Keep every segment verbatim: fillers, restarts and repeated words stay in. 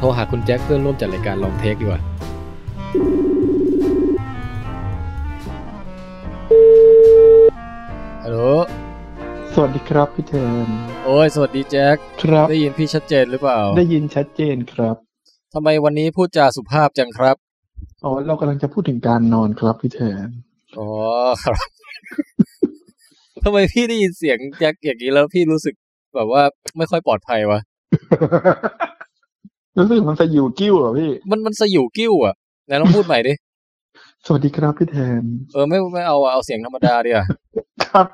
รหาคุณแจ็คเพื่อนร่วมจัดรายการลองเทคดีกว่าฮัลโหลสวัสดีครับพี่เทนโอ้ยสวัสดีแจ็คครับได้ยินพี่ชัดเจนหรือเปล่าได้ยินชัดเจนครับทำไมวันนี้พูดจาสุภาพจังครับอ๋อเรากำลังจะพูดถึงการนอนครับพี่เทนอ๋อครับทำไมพี่ได้ยินเสียงแจ็คอย่างนี้แล้วพี่รู้สึกแบบว่าไม่ค่อยปลอดภัยวะรู้สึกมันสยิวกิ้วเหรอพี่มันมันสยิวกิ้วอ่ะไหนลองพูดใหม่ดิสวัสดีครับพี่แทนเออไม่ไม่เอาเอาเสียงธรรมดาดิอ่ะครับ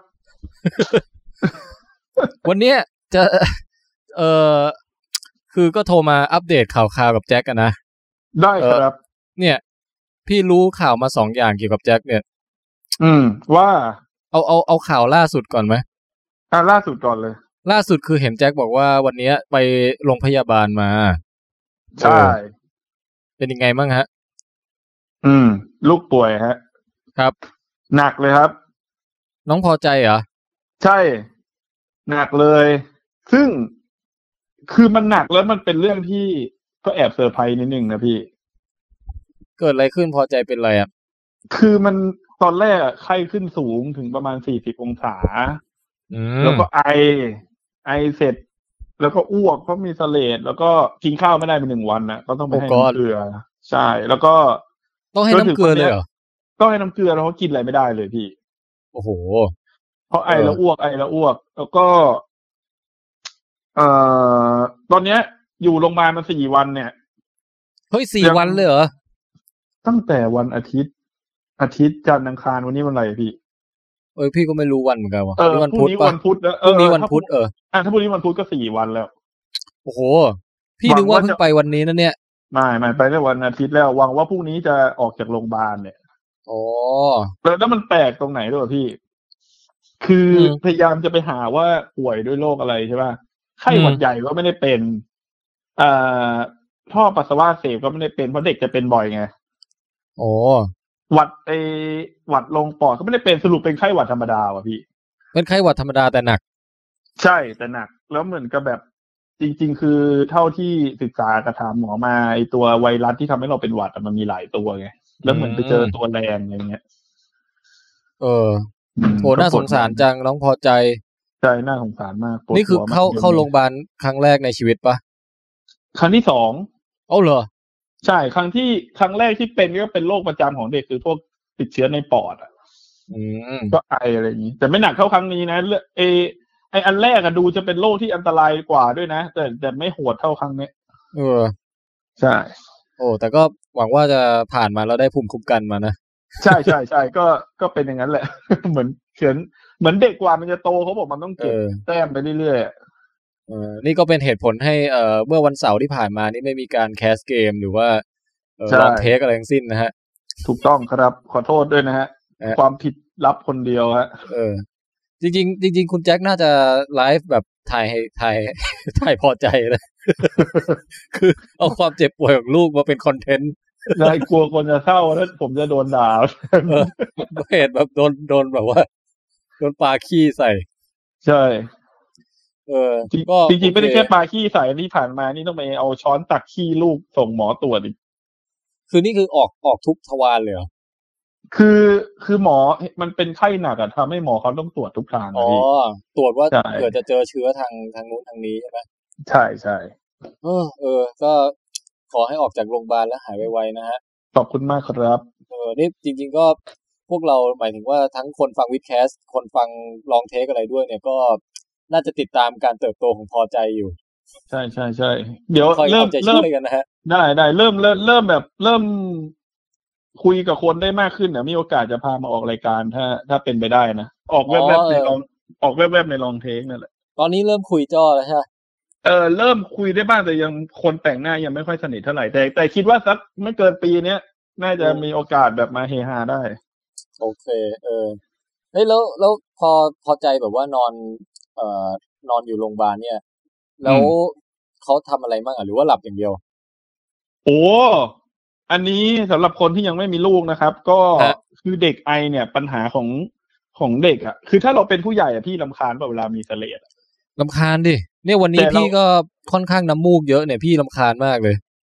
วันนี้จะเออคือก็โทรมาอัปเดตข่าวๆกับแจ็คกันนะได้ครับเนี่ยพี่รู้ข่าวมาสองอย่างเกี่ยวกับแจ็คเนี่ยอืมว่าเอาเอาเอาข่าวล่าสุดก่อนไหมอ่าล่าสุดก่อนเลยล่าสุดคือเห็นแจ็คบอกว่าวันนี้ไปโรงพยาบาลมาใช่เป็นยังไงบ้างฮะอืมลูกป่วยฮะครับหนักเลยครับน้องพอใจเหรอใช่หนักเลยซึ่งคือมันหนักแล้วมันเป็นเรื่องที่ก็แอบเซอร์ไพรส์นิดนึงนะพี่เกิดอะไรขึ้นพอใจเป็นอะไรอ่ะคือมันตอนแรกไข้ขึ้นสูงถึงประมาณสี่สิบองศาแล้วก็ไอไอเสร็จแล้วก็อ้วกเพราะมีเสลดแล้วก็กินข้าวไม่ได้เป็นหนึ่งวันนะก็ต้องไปให้น้ำเกลือใช่แล้วก็ต้องให้น้ำเกลือเลยเหรอต้องให้น้ำเกลือแล้วเขากินอะไรไม่ได้เลยพี่โอ้โหเพราะไอแล้วอ้วกไอแล้วอ้วกแล้วก็เอ่อตอนเนี้ยอยู่โรงพยาบาลมาสี่วันเนี่ยเฮ้ยสี่วันเลยเหรอตั้งแต่วันอาทิตย์อาทิตย์จันทร์อังคารวันนี้วันอะไรพี่เออพี่ก็ไม่รู้วันเหมือนกันว่ะนี่วันพุธวันพุธแล้วพรุ่งนี้วันพุธเอออ่ะถ้าพรุ่งนี้วันพุธก็สี่วันแล้วโอ้โหพี่นึกว่าเพิ่งไปวันนี้นะเนี่ยไม่ไม่ไปได้วันอาทิตย์แล้วหวังว่าพรุ่งนี้จะออกจากโรงพยาบาลเนี่ยอ๋อแล้วมันแปลกตรงไหนด้วยพี่คือพยายามจะไปหาว่าป่วยด้วยโรคอะไรใช่ป่ะไข้หวัดใหญ่ก็ไม่ได้เป็นอ่าท่อปัสสาวะเสพก็ไม่ได้เป็นเพราะเด็กจะเป็นบ่อยไงโอ้หวัดไอหวัดลงปอดก็ไม่ได้เป็นสรุปเป็นไข้หวัดธรรมดาว่ะพี่เป็นไข้หวัดธรรมดาแต่หนักใช่แต่หนักแล้วเหมือนกับแบบจริงๆคือเท่าที่ศึกษากระถามหมอมาไอตัวไวรัสที่ทำให้เราเป็นหวัดมันมีหลายตัวไงแล้วเหมือนไปเจอตัวแรงอะไรเงี้ยเออโหน่าสงสารจังน้องพอใจใช่น่าสงสารมากนี่คือเข้าเข้าโรงพยาบาลครั้งแรกในชีวิตปะครั้งที่สองเอ้าเหรอใช่ครั้งที่ครั้งแรกที่เป็นก็เป็นโรคประจำของเด็กคือพวกติดเชื้อในปอดอ่ะก็ไออะไรอย่างนี้แต่ไม่หนักเท่าครั้งนี้นะเอไออันแรกอะดูจะเป็นโรคที่อันตรายกว่าด้วยนะแต่แต่ไม่โหดเท่าครั้งนี้เออใช่โอ้แต่ก็หวังว่าจะผ่านมาแล้วได้ภูมิคุ้มกันมานะใช่ใช่ใช่ก็ก็เป็นอย่างนั้นแหละ เหมือนเขียนเหมือนเด็กกว่ามันจะโตเขาบอกมันต้องเก็บแต้มไปเรื่อยๆเออนี่ก็เป็นเหตุผลให้เอ่อเมื่อวันเสาร์ที่ผ่านมานี่ไม่มีการแคสเกมหรือว่าเอ่อลองเทคอะไรทั้งสิ้นนะฮะถูกต้องครับขอโทษด้วยนะฮะความผิดรับคนเดียวฮะเออจริงๆจริงๆคุณแจ็คน่าจะไลฟ์แบบถ่ายให้ถ่ายถ่ายพอใจเลยคือเอาความเจ็บป่วยของลูกมาเป็นคอนเทนต์ได้กลัวคนจะเศร้าแล้วผมจะโดนด่าเออเหตุแบบโดนโดนแบบว่าโดนปลาขี้ใส่ใช่เออก็จริงๆไม่ได้แค่ปลาขี้ใส่ที่ผ่านมานี่ต้องไปเอาช้อนตักขี้ลูกส่งหมอตรวจอีกคือนี่คือออกออกทุกทวารเลยเหรอคือคือหมอมันเป็นไข้หนักอะทำให้หมอเขาต้องตรวจทุกทางอ๋อตรวจว่าเผื่อจะเจอเชื้อทางทางนู้นทางนี้ใช่ไหมใช่ใช่เออเออก็ขอให้ออกจากโรงพยาบาลแล้วหายไวๆนะฮะขอบคุณมากครับเออนี่จริงๆก็พวกเราหมายถึงว่าทั้งคนฟังวิดแคสต์คนฟังลองเทคอะไรด้วยเนี่ยก็น่าจะติดตามการเติบโตของพอใจอยู่ใช่ใช่ใช่เดี๋ยวเริ่มเริ่มกันนะฮะได้ได้เริ่มเริ่มเริ่มแบบเริ่มคุยกับคนได้มากขึ้นนะมีโอกาสจะพามาออกรายการถ้าถ้าเป็นไปได้นะออกแวบๆในลองออกแวบๆในลองเทคนั่นแหละตอนนี้เริ่มคุยจ้อแล้วใช่เออเริ่มคุยได้บ้างแต่ยังคนแต่งหน้ายังไม่ค่อยสนิทเท่าไหร่แต่แต่คิดว่าสักไม่เกินปีเนี้ยน่าจะมีโอกาสแบบมาเฮฮาได้โอเคเออเฮ้ยแล้วแล้วพอพอใจแบบว่านอนเอ่อนอนอยู่โรงพยาบาลเนี่ยแล้วเขาทำอะไรบ้างอ่ะหรือว่าหลับอย่างเดียวโอ้อันนี้สำหรับคนที่ยังไม่มีลูกนะครับก็คือเด็กไอเนี่ยปัญหาของของเด็กอ่ะคือถ้าเราเป็นผู้ใหญ่อ่ะพี่รำคาญเวลามีเสลดรำคาญดิเนี่ยวันนี้พี่ก็ค่อนข้างน้ำมูกเยอะเนี่ยพี่รำคาญมากเลย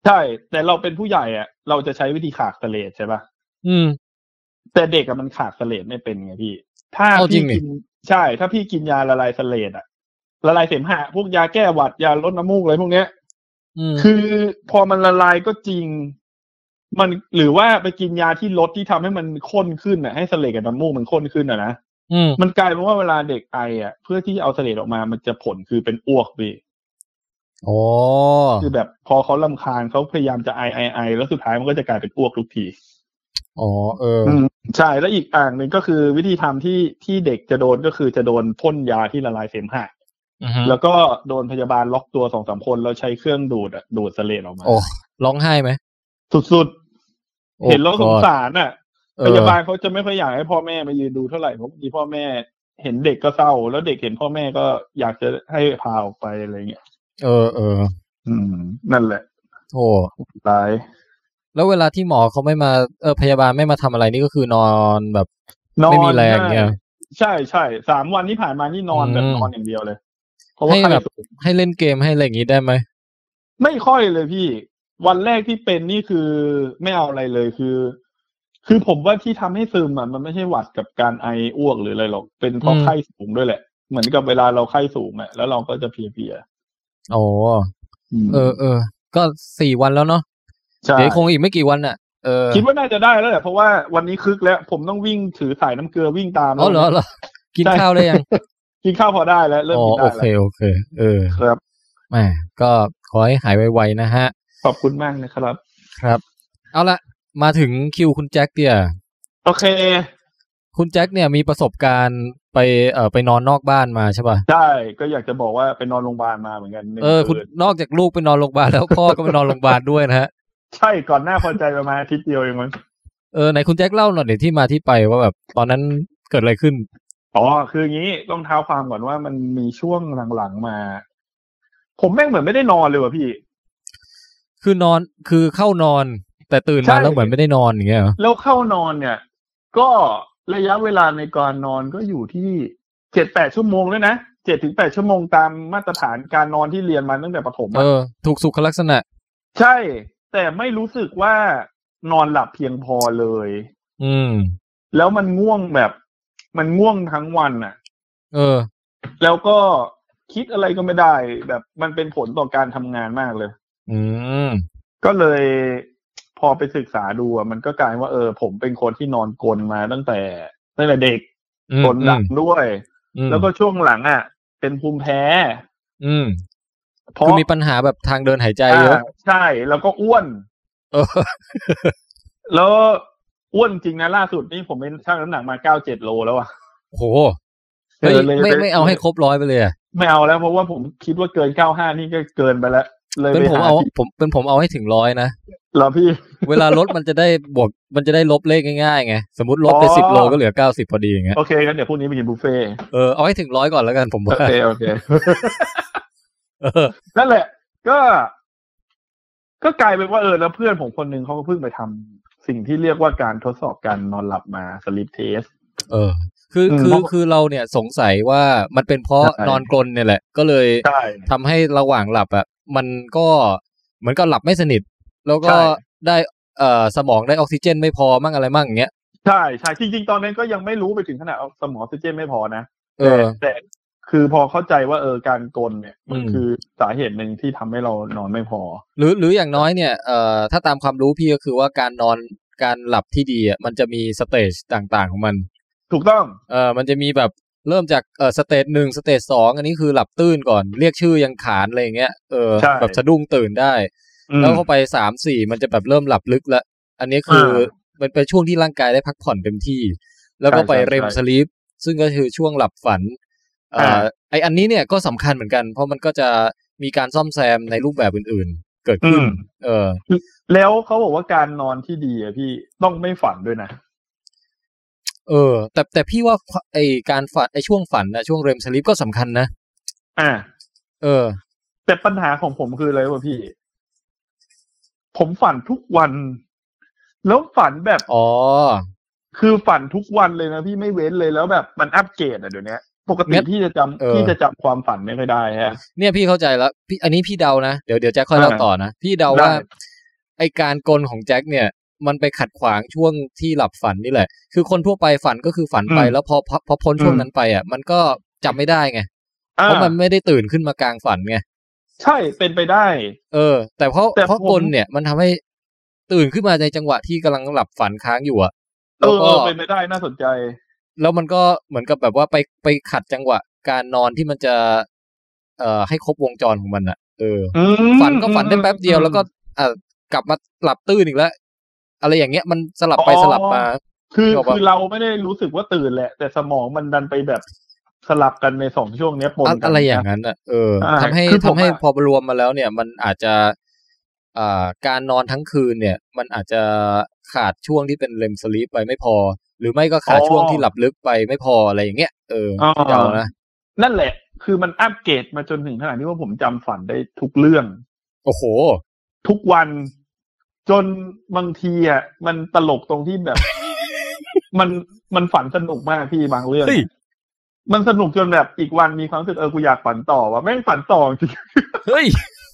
ใช่แต่เราเป็นผู้ใหญ่อ่ะเราจะใช้วิธีขากสเลดใช่ป่ะอืมแต่เด็กอะมันขากสเลดไม่เป็นไงพี่ถ้าพี่กินใช่ถ้าพี่กินยาละลายสเลดอะละลายเสมหะพวกยาแก้หวัดยาลดน้ำมูกอะไรพวกเนี้ยคือพอมันละลายก็จริงมันหรือว่าไปกินยาที่ลดที่ทำให้มันข้นขึ้นอ่ะให้สเลดกับน้ำมูกมันข้นขึ้นอ่ะนะมันกลายเป็นว่าเวลาเด็กไออ่ะเพื่อที่เอาสเลดออกมามันจะผลคือเป็นอ้วกพี่โอ้คือแบบพอเขารำคาญเขาพยายามจะไอไอไอแล้วสุดท้ายมันก็จะกลายเป็นอ้วกทุกทีอ๋อเออใช่แล้วอีกอย่างหนึ่งก็คือวิธีทำที่ที่เด็กจะโดนก็คือจะโดนพ่นยาที่ละลายเสมหะแล้วก็โดนพยาบาลล็อกตัวสองสามคนแล้วใช้เครื่องดูดอ่ะดูดสเลดออกมาโอ้ร้องไห้ไหมสุดๆเห็นแล้วสงสารอ่ะพยาบาลเขาจะไม่ค่อยอยากให้พ่อแม่มายืนดูเท่าไหร่เพราะบางทีพ่อแม่เห็นเด็กก็เศร้าแล้วเด็กเห็นพ่อแม่ก็อยากจะให้พาออกไปอะไรเงี้ยเออเอออืมนั่นแหละโอ้ตายแล้วเวลาที่หมอเขาไม่มาเออพยาบาลไม่มาทำอะไรนี่ก็คือนอนแบบไม่มีแรงเงี้ยใช่ใช่สามวันที่ผ่านมานี่นอนแบบนอนอย่างเดียวเลยเพราะว่าให้แบบให้เล่นเกมให้อะไรอย่างงี้ได้ไหมไม่ค่อยเลยพี่วันแรกที่เป็นนี่คือไม่เอาอะไรเลยคือคือผมว่าที่ทำให้ซึมอ่ะมันไม่ใช่หวัดกับการไออ้วกหรืออะไรหรอกเป็นเพราะไข้สูงด้วยแหละเหมือนกับเวลาเราไข้สูงอ่ะแล้วเราก็จะเพลียๆโอ้เออเออก็สี่วันแล้วเนาะเดี๋ยวคงอีกไม่กี่วันอ่ะเออคิดว่าน่าจะได้แล้วแหละเพราะว่าวันนี้คึกแล้วผมต้องวิ่งถือสายน้ำเกลือวิ่งตามอ๋อเหรอเหรอกินข้าวได้ยังกินข้าวพอได้แล้วเริ่มกินได้แล้วโอเคโอเคเออครับแหมก็ขอให้หายไวๆนะฮะขอบคุณมากนะครับครับเอาละมาถึงคิวคุณแจ็คเดียโอเคคุณแจ็คเนี่ยมีประสบการณ์ไปเอ่อไปนอนนอกบ้านมาใช่ป่ะใช่ก็อยากจะบอกว่าไปนอนโรงพยาบาลมาเหมือนกันเออคุณนอกจากลูกไปนอนโรงพยาบาลแล้วพ่อก็ไปนอนโรงพยาบาลด้วยนะฮะใช่ก่อนหน้าพอใจประมาณอาทิตย์เดียวเองมั้งเออไหนคุณแจ็คเล่าหน่อยเดี๋ยวที่มาที่ไปว่าแบบตอนนั้นเกิดอะไรขึ้นอ๋อคืออย่างนี้ต้องเท้าความก่อนว่ามันมีช่วงหลังๆมาผมแม่งเหมือนไม่ได้นอนเลยว่ะพี่คือนอนคือเข้านอนแต่ตื่นมาแล้วเหมือนไม่ได้นอนอย่างเงี้ยเหรอแล้วเข้านอนเนี่ยก็ระยะเวลาในการนอนก็อยู่ที่เจ็ดแปดชั่วโมงเลยนะเจ็ดถึงแปดชั่วโมงตามมาตรฐานการนอนที่เรียนมาตั้งแต่ประถมเออถูกสุขลักษณะใช่แต่ไม่รู้สึกว่านอนหลับเพียงพอเลยอืมแล้วมันง่วงแบบมันง่วงทั้งวันอ่ะเออแล้วก็คิดอะไรก็ไม่ได้แบบมันเป็นผลต่อการทำงานมากเลยอืมก็เลยพอไปศึกษาดูอ่ะมันก็กลายว่าเออผมเป็นคนที่นอนกลนมาตั้งแต่ตั้งแต่เด็กกลนดังด้วยแล้วก็ช่วงหลังอ่ะเป็นภูมิแพ้อืมเพราะมีปัญหาแบบทางเดินหายใจเยอะใช่แล้วก็อ้วนเออแล้วอ้วนจริงนะล่าสุดนี่ผมเป็นชั่งน้ำหนักมาเก้าเจ็ดโลแล้วอ่ะโอ้โหไม่ไม่ไม่เอาให้ครบร้อยไปเลยไม่เอาแล้วเพราะว่าผมคิดว่าเกินเก้าห้านี่ก็เกินไปแล้วเลยเป็นผมเอาผมเป็นผมเอาให้ถึงร้อยนะเหรอพี่เวลาลดมันจะได้บวกมันจะได้ลบเลขง่ายๆไงสมมติลดไปสิบโลก็เหลือเก้าสิบพอดีอย่างเงี้ยโอเคงั้นเดี๋ยวพรุ่งนี้ไปกินบุฟเฟ่เออเอาให้ถึงร้อยก่อนแล้วกันผมว่าโอเคโอเคเออนั่นแหละก็ก็กลายเป็นว่าเออแล้วเพื่อนผมคนนึงเขาก็เพิ่งไปทำสิ่งที่เรียกว่าการทดสอบการนอนหลับมา sleep test เออคือคือคือเราเนี่ยสงสัยว่ามันเป็นเพราะนอนกลนเนี่ยแหละก็เลยทำให้ระหว่างหลับอ่ะมันก็เหมือนกับหลับไม่สนิทแล้วก็ได้เอ่อสมองได้ออกซิเจนไม่พอมั่งอะไรมั่งอย่างเงี้ยใช่ใช่จริงๆตอนนั้นก็ยังไม่รู้ไปถึงขนาดสมองออกซิเจนไม่พอนะเออแต่คือพอเข้าใจว่าเออการกลนเนี่ยมันคือสาเหตุหนึ่งที่ทำให้เรานอนไม่พอหรือหรืออย่างน้อยเนี่ยเอ่อถ้าตามความรู้พี่ก็คือว่าการนอนการหลับที่ดีอ่ะมันจะมีสเตจต่างๆของมันถูกต้องเออมันจะมีแบบเริ่มจากเออสเตจหนึ่งสเตจสองอันนี้คือหลับตื่นก่อนเรียกชื่อยังขานอะไรอย่างเงี้ยเออแบบสะดุ้งตื่นได้แล้วเข้าไปสามสี่มันจะแบบเริ่มหลับลึกแล้วอันนี้คือมันเป็นช่วงที่ร่างกายได้พักผ่อนเต็มที่แล้วก็ไปเรมสลีปซึ่งก็คือช่วงหลับฝันเอ่อไออันนี้เนี่ยก็สำคัญเหมือนกันเพราะมันก็จะมีการซ่อมแซมในรูปแบบอื่นๆเกิดขึ้นเออแล้วเขาบอกว่าการนอนที่ดีอ่ะพี่ต้องไม่ฝันด้วยนะเออแต่แต่พี่ว่าไอการฝันไอช่วงฝันนะช่วงเรมสลีปก็สำคัญนะอ่าเออแต่ปัญหาของผมคืออะไรวะพี่ผมฝันทุกวันแล้วฝันแบบอ๋อคือฝันทุกวันเลยนะพี่ไม่เว้นเลยแล้วแบบมันอัปเกรดอ่ะเดี๋ยวนี้ปกติพี่จะจำพี่จะจำความฝันไม่ค่อยได้ฮะเนี่ยพี่เข้าใจแล้วพี่อันนี้พี่เดานะเดี๋ยวเดี๋ยวแจ็คค่อยเล่าต่อนะพี่เดาว่าไอการกลของแจ็คเนี่ยมันไปขัดขวางช่วงที่หลับฝันนี่แหละคือคนทั่วไปฝันก็คือฝันไปแล้วพอพอพ้นช่วงนั้นไปอ่ะมันก็จำไม่ได้ไงเพราะมันไม่ได้ตื่นขึ้นมากลางฝันไงใช่เป็นไปได้เออแต่เพราะเพราะกลเนี่ยมันทำให้ตื่นขึ้นมาในจังหวะที่กำลังหลับฝันค้างอยู่อ่ะแล้วก็เป็นไปได้น่าสนใจแล้วมันก็เหมือนกับแบบว่าไปไปขัดจังหวะการนอนที่มันจะเอ่อให้ครบวงจรของมันอ่ะเออฝันก็ฝันได้แป๊บเดียวแล้วก็อ่ากลับมาหลับตื่นอีกแล้วอะไรอย่างเงี้ยมันสลับไปสลับมาคือคือเราไม่ได้รู้สึกว่าตื่นแหละแต่สมองมันดันไปแบบสลับกันในสองช่วงนี้ปนกันอะไรอย่างนั้นอ่ะเออทำให้ทำให้พอรวมมาแล้วเนี่ยมันอาจจะอ่าการนอนทั้งคืนเนี่ยมันอาจจะขาดช่วงที่เป็นเรมสลีปไปไม่พอหรือไม่ก็ขาดช่วงที่หลับลึกไปไม่พออะไรอย่างเงี้ยเออเดานะนั่นแหละคือมันอัปเกรดมาจนถึงขนาดที่ว่าผมจำฝันได้ทุกเรื่องโอ้โหทุกวันจนบางทีอ่ะมันตลกตรงที่แบบ มันมันฝันสนุกมากพี่บางเรื่องมันสนุกจนแบบอีกวันมีความรู้สึกเออกูอยากฝันต่อว่าแม่งฝันต่อจริงเฮ้ย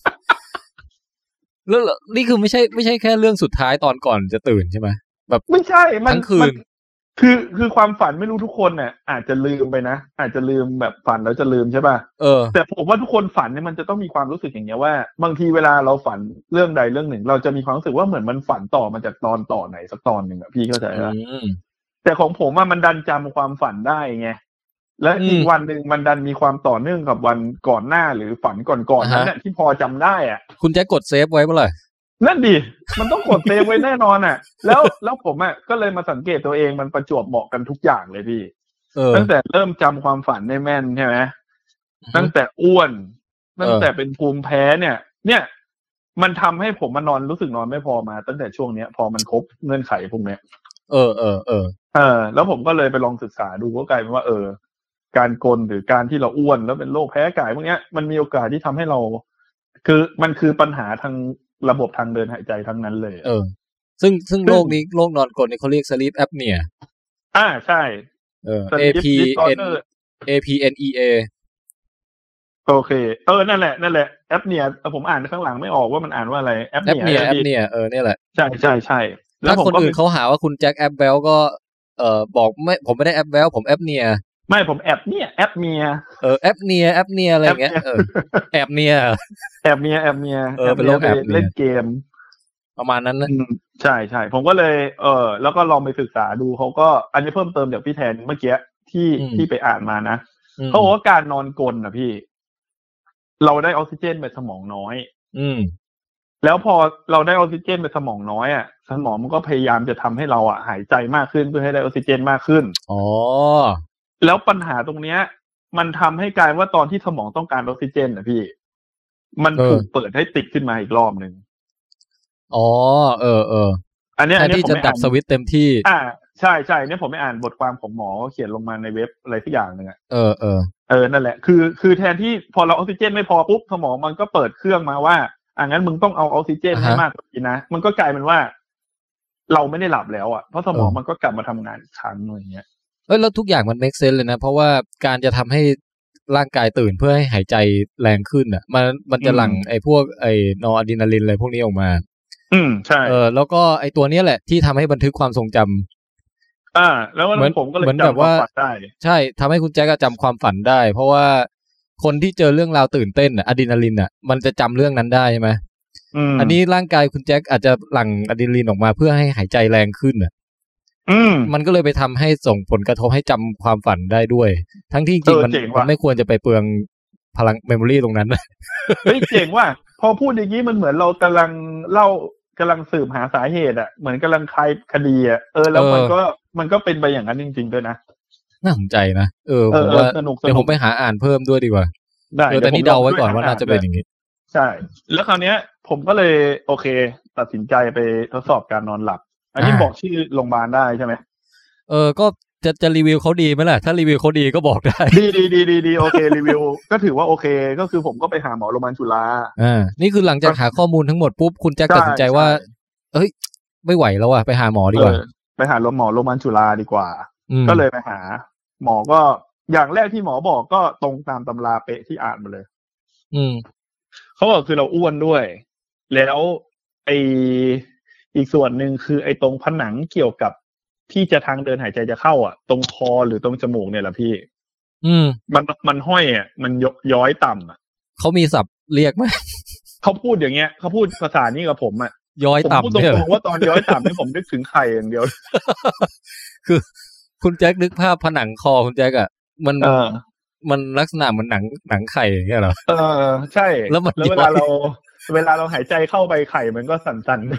แล้วนี่คือไม่ใช่ไม่ใช่แค่เรื่องสุดท้ายตอนก่อนจะตื่นใช่ไหมแบบไม่ใช่มันทั้งคืนคือคือความฝันไม่รู้ทุกคนเนี่ยอาจจะลืมไปนะอาจจะลืมแบบฝันแล้วจะลืมใช่ป่ะเออแต่ผมว่าทุกคนฝันเนี่ยมันจะต้องมีความรู้สึกอย่างเงี้ยว่าบางทีเวลาเราฝันเรื่องใดเรื่องหนึ่งเราจะมีความรู้สึกว่าเหมือนมันฝันต่อมาจากตอนต่อไหนสักตอนหนึ่งอะพี่เข้าใจป่ะแต่ของผมว่ามันดันจำความฝันได้ไงและอีกวันหนึ่งมันดันมีความต่อเนื่องกับวันก่อนหน้าหรือฝันก่อนๆนั้นเนี่ยที่พอจำได้อ่ะคุณจะกดเซฟไว้เมื่อไหร่นั่นดิมันต้องกดเซฟไว้แน่นอนอ่ะแล้วแล้วผมอ่ะก็เลยมาสังเกตตัวเองมันประจวบเหมาะกันทุกอย่างเลยพี่ตั้งแต่เริ่มจำความฝันได้แม่นใช่ไหมตั้งแต่อ้วนตั้งแต่เป็นภูมิแพ้เนี่ยเนี่ยมันทำให้ผมมานอนรู้สึกนอนไม่พอมาตั้งแต่ช่วงเนี้ยพอมันครบเงื่อนไขพวกเนี้ยเออเออเออเออแล้วผมก็เลยไปลองศึกษาดูก็กลายเป็นว่าเออการกลหรือการที่เราอ้วนแล้วเป็นโรคแพ้อากาศพวกนี้มันมีโอกาสที่ทำให้เราคือมันคือปัญหาทางระบบทางเดินหายใจทั้งนั้นเลยเออซึ่งซึ่งโรคนี้โรคนอนกลนี่เขาเรียก sleep apnea อ่าใช่เออ A P N A P N E A โอเคเออนั่นแหละนั่นแหละแอปเนียผมอ่านข้างหลังไม่ออกว่ามันอ่านว่าอะไรแอปเนียแอปเนียเออเนี่ยแหละใช่ใช่ใช่แล้วคนอื่นเขาหาว่าคุณแจ็คแอปเวลก็เออบอกไม่ผมไม่ได้แอปเวลผมแอปเนียไม่ผมแอบเนี่ยแอปเมียเออแอปเนียแอปเนียอะไรอย่างเงี้ยเออแอบเนียแอบเมียแอบเมียเออเป็นโรคแอบเล่นเกมประมาณนั้นนะใช่ใช่ผมก็เลยเออแล้วก็ลองไปศึกษาดูเขาก็อันนี้เพิ่มเติมจากพี่แทนเมื่อกี้ที่ที่ไปอ่านมานะเขาบอกว่าการนอนกลนนะพี่เราได้ออกซิเจนไปสมองน้อยอืมแล้วพอเราได้ออกซิเจนไปสมองน้อยอ่ะสมองมันก็พยายามจะทำให้เราอ่ะหายใจมากขึ้นเพื่อให้ได้ออกซิเจนมากขึ้นอ๋อแล้วปัญหาตรงเนี้ยมันทำให้กลายว่าตอนที่สมองต้องการออกซิเจนนะพี่มันถูกเปิดให้ติดขึ้นมาอีกรอบนึงอ๋อเออเอออันนี้อันนี้ผมจะดับสวิตช์เต็มที่อ่าใช่ใช่เนี่ยผมไปอ่านบทความของหมอเขียนลงมาในเว็บอะไรสักอย่างนึงอ่ะเออเออเออนั่นแหละคือคือแทนที่พอเราออกซิเจนไม่พอปุ๊บสมองมันก็เปิดเครื่องมาว่าอ่ะงั้นมึงต้องเอาออกซิเจนให้มากกว่านี้นะมันก็กลายเป็นว่าเราไม่ได้หลับแล้วอ่ะเพราะสมองมันก็กลับมาทำงานอีกครั้งนึงอย่างเงี้ยเอ้ยแล้วทุกอย่างมัน make sense เลยนะเพราะว่าการจะทำให้ร่างกายตื่นเพื่อให้หายใจแรงขึ้นอ่ะมันมันจะหลั่งไอ้พวกไอ้นอร์อะดรีนาลินอะไรพวกนี้ออกมาอืมใช่เออแล้วก็ไอ้ตัวนี้แหละที่ทำให้บันทึกความทรงจำอ่าแล้วผมก็เลยจำความฝันได้ใช่ทำให้คุณแจ็คจำความฝันได้เพราะว่าคนที่เจอเรื่องราวตื่นเต้นอ่ะอะดรีนาลินอ่ะมันจะจำเรื่องนั้นได้ใช่ไหมอันนี้ร่างกายคุณแจ็คอาจจะหลั่งอะดรีนาลินออกมาเพื่อให้หายใจแรงขึ้นอ่ะมันก็เลยไปทำให้ส่งผลกระทบให้จำความฝันได้ด้วยทั้งที่จริงมันมันไม่ควรจะไปเปลืองพลังเมมโมรีตรงนั้นเฮ้ยเจ๋งว่ะพอพูดอย่างนี้มันเหมือนเรากำลังเล่ากำลังสืบหาสาเหตุอ่ะเหมือนกำลังคลายคดีอ่ะเออแล้วมันก็มันก็เป็นไปอย่างนั้นจริงๆด้วยนะน่าสนใจนะเออผมว่าเดี๋ยวผมไปหาอ่านเพิ่มด้วยดีกว่าได้แต่นี่เดาไว้ก่อนว่าน่าจะเป็นอย่างนี้ใช่แล้วคราวนี้ผมก็เลยโอเคตัดสินใจไปทดสอบการนอนหลับอันนี้บอกชื่อโรงพยาบาลได้ใช่ไหมเออก็จะจะรีวิวเขาดีไหมล่ะถ้ารีวิวเขาดีก็บอกได้ดีดีดีดีดีโอเครีวิวก็ถือว่าโอเคก็คือผมก็ไปหาหมอโรงพยาบาลจุฬาอ่านี่คือหลังจากหาข้อมูลทั้งหมดปุ๊บคุณแจ็คตัดสินใจว่าเอ้ยไม่ไหวแล้วอ่ะไปหาหมอดีกว่าไปหาหมอโรงพยาบาลจุฬาดีกว่าก็เลยไปหาหมอก็อย่างแรกที่หมอบอกก็ตรงตามตำราเป๊ะที่อ่านมาเลยอืมเขาบอกคือเราอ้วนด้วยแล้วไอออีกส่วนหนึ่งคือไอ้ตรงผนังเกี่ยวกับที่จะทางเดินหายใจจะเข้าอ่ะตรงคอหรือตรงจมูกเนี่ยแหละพี่อืมมันมันห้อยอ่ะมันย้อยต่ำอ่ะเขามีศัพท์เรียกไหมเขาพูดอย่างเงี้ยเขาพูดภาษานี้กับผมอ่ะย้อยต่ำเนี่ยผมพูดตรงๆว่าตอนย้อยต่ำนี่ผมนึกถึงไข่อย่างเดียวคือคุณแจ็คนึกภาพผนังคอคุณแจ็คอ่ะมันมันลักษณะเหมือนหนังหนังไข่อย่างเงี้ยเหรอเออใช่แล้วมันเวลาเราเวลาเราหายใจเข้าไปไข่มันก็สั่น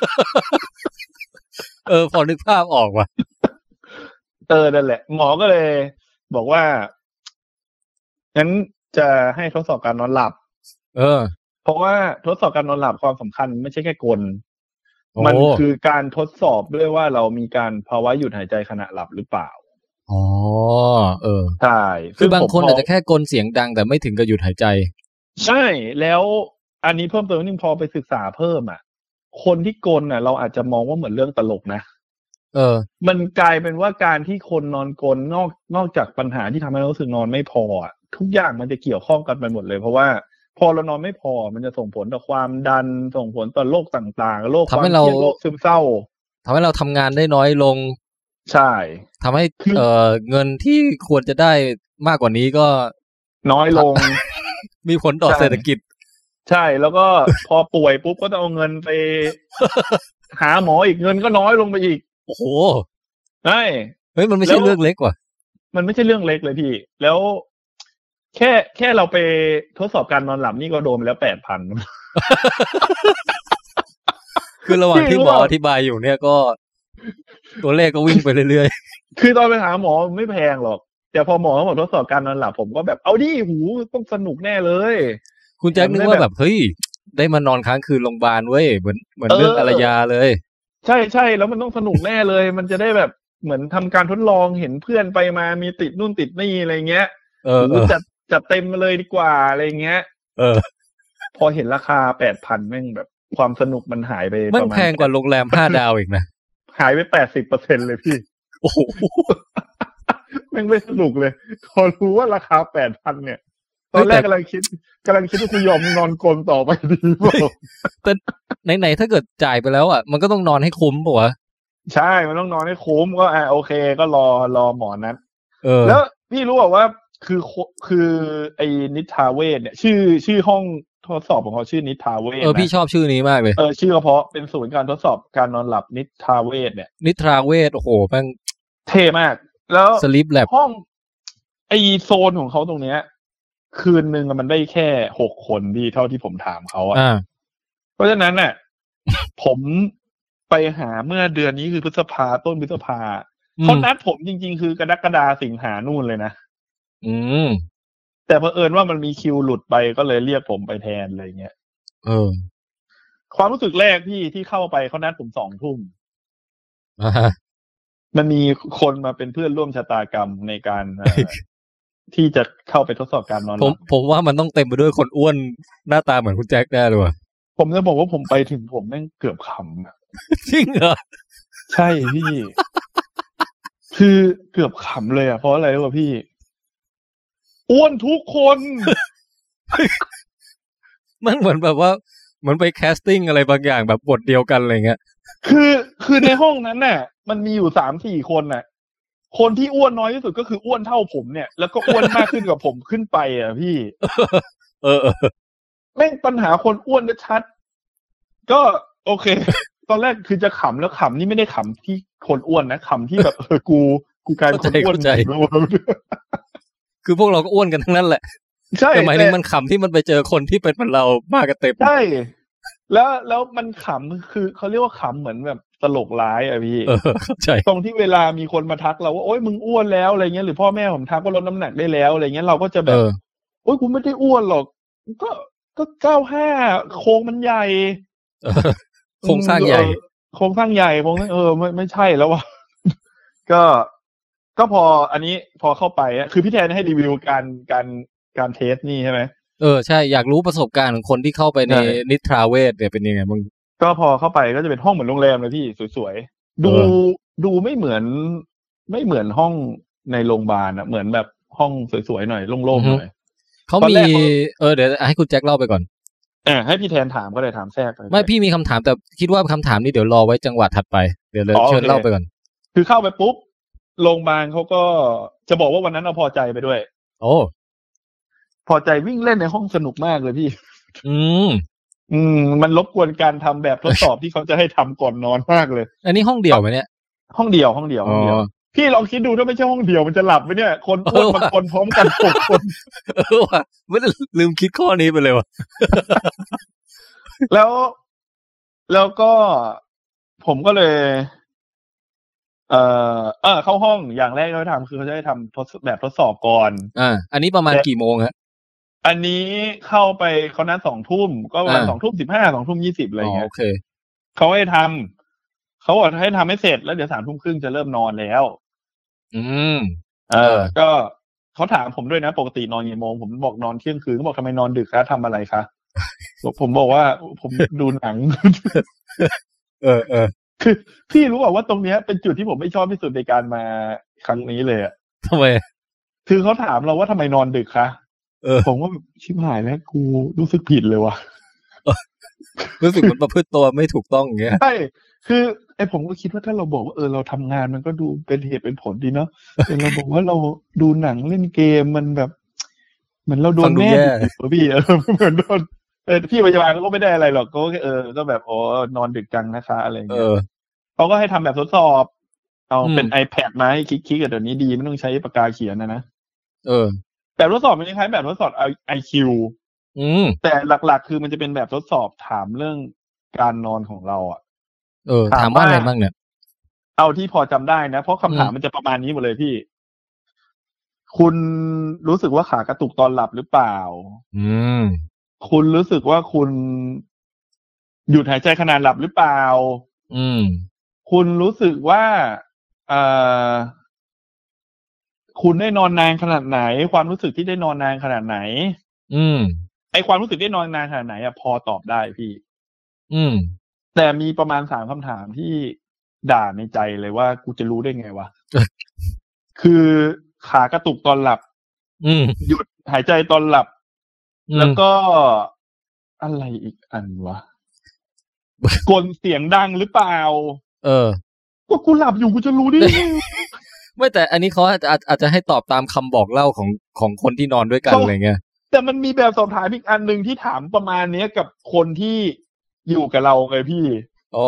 ๆเออพอนึกภาพออกว่ะเออนั่นแหละหมอก็เลยบอกว่างั้นจะให้ทดสอบการนอนหลับเออเพราะว่าทดสอบการนอนหลับความสำคัญไม่ใช่แค่กลมันคือการทดสอบด้วยว่าเรามีการภาวะหยุดหายใจขณะหลับหรือเปล่าอ๋อเออใช่คือบางคนอาจจะแค่กลเสียงดังแต่ไม่ถึงกับหยุดหายใจใช่แล้วอันนี้เพิ่มเติมนิดนึงพอไปศึกษาเพิ่มอ่ะคนที่กลน่ะเราอาจจะมองว่าเหมือนเรื่องตลกนะเออมันกลายเป็นว่าการที่คนนอนกลนอกนอกจากปัญหาที่ทำให้เรารู้สึกนอนไม่พออ่ะทุกอย่างมันจะเกี่ยวข้องกันไปหมดเลยเพราะว่าพอเรานอนไม่พอมันจะส่งผลต่อความดันส่งผลต่อโรคต่างๆโรคความเครียดโรคซึมเศร้าทำให้เราทำงานได้น้อยลงใช่ทำให้เอ่อเงินที่ควรจะได้มากกว่านี้ก็น้อยลงมีผลต่อเศรษฐกิจใช่แล้วก็พอป่วยปุ๊บก็ต้องเอาเงินไปหาหมออีกเงินก็น้อยลงไปอีกโอ้โหใช่เฮ้ยมันไม่ใช่เรื่องเล็กว่ะมันไม่ใช่เรื่องเล็กเลยพี่แล้วแค่แค่เราไปทดสอบการนอนหลับนี่ก็โดนไปแล้ว แปดพันคือระหว่างที่หมออธิบายอยู่เนี่ยก็ตัวเลขก็วิ่งไปเรื่อยๆคือตอนไปหาหมอไม่แพงหรอกแต่พอหมอเขาบอกทดสอบการนอนหลับผมก็แบบเอาดิหูต้องสนุกแน่เลยคุณแจ็คนึกว่าแบบเฮ้ยได้มานอนค้างคืนโรงพยาบาลเว้ยเหมือนเหมือนเรื่องอารยาเลยใช่ใช่แล้วมันต้องสนุกแน่เลยมันจะได้แบบเหมือนทำการทดลองเห็นเพื่อนไปมามีติดนู่นติดนี่อะไรเงี้ยเออจัดจัดเต็มมาเลยดีกว่าอะไรเงี้ยเออพอเห็นราคา แปดพัน แม่งแบบความสนุกมันหายไปประมาณมันแพงกว่าโรงแรมห้าดาวอีกนะหายไป แปดสิบเปอร์เซ็นต์ เลยพี่โอ้โหแม่งไม่สนุกเลยพอรู้ว่าราคา แปดพัน เนี่ยตอนแรกกำลังคิดกำลังคิดว่ากูยอมนอนกลนต่อไปดีป่ะแต่ไหนๆถ้าเกิดจ่ายไปแล้วอ่ะมันก็ต้องนอนให้คุ้มป่ะวะใช่มันต้องนอนให้คุ้มก็อ่าโอเคก็รอรอหมอนัดเออแล้วพี่รู้ป่ะว่าคือคือไอ้นิทาเวชเนี่ยชื่อชื่อห้องทดสอบของเขาชื่อนิทาเวชเออพี่ชอบชื่อนี้มากเลยเออชื่อเพราะเป็นศูนย์การทดสอบการนอนหลับนิทาเวชเนี่ยนิทาเวชโอ้โหแม่งเท่มากแล้ว Sleep Lab ห้องไอโซนของเขาตรงเนี้ยคืนนึงมันได้แค่หกคนที่เท่าที่ผมถามเขาอ่ะเพราะฉะนั้นน่ะ ผมไปหาเมื่อเดือนนี้คือพฤษภาต้นพฤษภาเขานัดผมจริงๆคือกรกฎาสิงหานู่นเลยนะอืมแต่เผอิญว่ามันมีคิวหลุดไปก็เลยเรียกผมไปแทนอะไรเงี้ยเออความรู้สึกแรกพี่ที่เข้าไปเขานัดผมสองทุ่มมันมีคนมาเป็นเพื่อนร่วมชะตากรรมในการที่จะเข้าไปทดสอบการนอนหลับผมผมว่ามันต้องเต็มไปด้วยคนอ้วนหน้าตาเหมือนคุณแจ็คแน่เลยว่ะผมจะบอกว่าผมไปถึงผมแม่งเกือบขำจริงเหรอใช่พี่คือเกือบขำเลยอ่ะเพราะอะไรวะพี่อ้วนทุกคนมันเหมือนแบบว่าเหมือนไปแคสติ้งอะไรบางอย่างแบบบทเดียวกันอะไรเงี้ยคือคือในห้องนั้นน่ะมันมีอยู่สามสี่คนน่ะคนที่อ้วนน้อยที่สุดก็คืออ้วนเท่าผมเนี่ยแล้วก็อ้วนมากขึ้นกว่าผมขึ้นไปอ่ะพี่เออแม่งปัญหาคนอ้วนชัดก็โอเคตอนแรกคือจะขำแล้วขำนี่ไม่ได้ขำที่คนอ้วนนะขำที่แบบเออกูกูกลายเป็นคนอ้วนใจคือพวกเราก็อ้วนกันทั้งนั้นแหละใช่แต่หมายถึงมันขำที่มันไปเจอคนที่เป็นเหมือนเรามากกันเต็มใช่แล้วแล้วมันขำคือเขาเรียกว่าขำเหมือนแบบตลกร้ายอ่ะพี่เออเข้าใจตรงที่เวลามีคนมาทักเราว่าโอ๊ยมึงอ้วนแล้วอะไรเงี้ยหรือพ่อแม่ผมทักว่าลดน้ำหนักได้แล้วอะไรเงี้ยเราก็จะแบบโอ๊ยกูไม่ได้อ้วนหรอกก็ก็เก้าห้าโครงมันใหญ่โครงสร้างใหญ่โครงสร้างใหญ่โครงเออไม่ไม่ใช่แล้วว่ะก็ก็พออันนี้พอเข้าไปอ่ะคือพี่แทนให้รีวิวการการการเทสนี่ใช่ไหมเออใช่อยากรู้ประสบการณ์ของคนที่เข้าไปในนิทราเวชเนี่ยเป็นยังไงบ้างก็พอเข้าไปก็จะเป็นห้องเหมือนโรงแรมเลยพี่สวยๆดูดูไม่เหมือนไม่เหมือนห้องในโรงพยาบาลอ่ะเหมือนแบบห้องสวยๆหน่อยโล่งๆหน่อยเขามีเออเดี๋ยวให้คุณแจ็คเล่าไปก่อนเออให้พี่แทนถามก็เลยถามแทรกไปไม่พี่มีคำถามแต่คิดว่าคำถามนี้เดี๋ยวรอไว้จังหวะถัดไปเดี๋ยวเลยเชิญเล่าไปก่อนคือเข้าไปปุ๊บโรงพยาบาลเขาก็จะบอกว่าวันนั้นเราพอใจไปด้วยโอ้พอใจวิ่งเล่นในห้องสนุกมากเลยพี่อืมอืมมันรบกวนการทำแบบทดสอบที่เขาจะให้ทำก่อนนอนมากเลยอันนี้ห้องเดียวไหมเนี่ยห้องเดียวห้องเดียวห้องเดียวพี่ลองคิดดูถ้าไม่ใช่ห้องเดียวมันจะหลับไหมเนี่ยคนอ้วนบางคนพร้อมกันหกคนเออว่ะไม่ได้ลืมคิดข้อนี้ไปเลยว่ะแล้วแล้วก็ผมก็เลยเอ่อเออเข้าห้องอย่างแรกเขาทำคือเขาจะให้ทำทดแบบทดสอบก่อนอ่าอันนี้ประมาณกี่โมงฮะอันนี้เข้าไปเขานัดสองทุ่มก็ประมาณสองทุ่มสิบห้าสองทุ่มยี่สิบอะไรเงี้ยโอเคเขาให้ทำเขาบอกให้ทำให้เสร็จแล้วเดี๋ยวสามทุ่มครึ่งจะเริ่มนอนแล้วอืมเออก็เขาถามผมด้วยนะปกตินอนกี่โมงผมบอกนอนเที่ยงคืนเขาบอกทำไมนอนดึกคะทำอะไรคะผมบอกว่าผมดูหนังเออเออคือพี่รู้ว่าตรงเนี้ยเป็นจุดที่ผมไม่ชอบที่สุดในการมาครั้งนี้เลยอะทำไมคือเขาถามเราว่าทำไมนอนดึกคะเออผมว่าชิบหายแล้วกูรู้สึกผิดเลยว่ะรู้สึกเหมือนประพฤติตัวไม่ถูกต้องอย่างเงี้ยใช่คือไอ้ผมก็คิดว่าถ้าเราบอกว่าเออเราทำงานมันก็ดูเป็นเหตุเป็นผลดีเนาะแต่เราบอกว่าเราดูหนังเล่นเกมมันแบบเหมือนเราโดนแม่ดุพี่เออเหมือนโดนเออพี่พยาบาลก็ไม่ได้อะไรหรอกก็เออก็แบบโอ้นอนดึกจังนะคะอะไรเงี้ยเขาก็ให้ทำแบบทดสอบเอาเป็น iPad มาให้คลิกๆกับเดี๋ยวนี้ดีไม่ต้องใช้ปากกาเขียนนะนะเออแบบทดสอบมันคล้ายแบบทดสอบ ไอ คิวอืมแต่หลักๆคือมันจะเป็นแบบทดสอบถามเรื่องการนอนของเราอ่ะเออถามว่าอะไรบ้างเนี่ยเอาที่พอจำได้นะเพราะคำถามมันจะประมาณนี้หมดเลยพี่คุณรู้สึกว่าขากระตุกตอนหลับหรือเปล่าอืมคุณรู้สึกว่าคุณหยุดหายใจขณะหลับหรือเปล่าอืมคุณรู้สึกว่าเอ่อคุณได้นอนนานขนาดไหนความรู้สึกที่ได้นอนนานขนาดไหนอืมไอความรู้สึกได้นอนนานขนาดไหนอะพอตอบได้พี่อืมแต่มีประมาณสามคำถามที่ด่าในใจเลยว่ากูจะรู้ได้ไงวะ คือขากระตุกตอนหลับหยุดหายใจตอนหลับแล้วก็อะไรอีกอันวะกลเสียงดังหรือเปล่าเออก็กูหลับอยู่กูจะรู้ได้ไงไม่แต่อันนี้เขาอาจจะอาจจะให้ตอบตามคำบอกเล่าของของคนที่นอนด้วยกันอะไรเงี้ยแต่มันมีแบบสอบถามอีกอันนึงที่ถามประมาณนี้กับคนที่อยู่กับเราไงพี่อ๋อ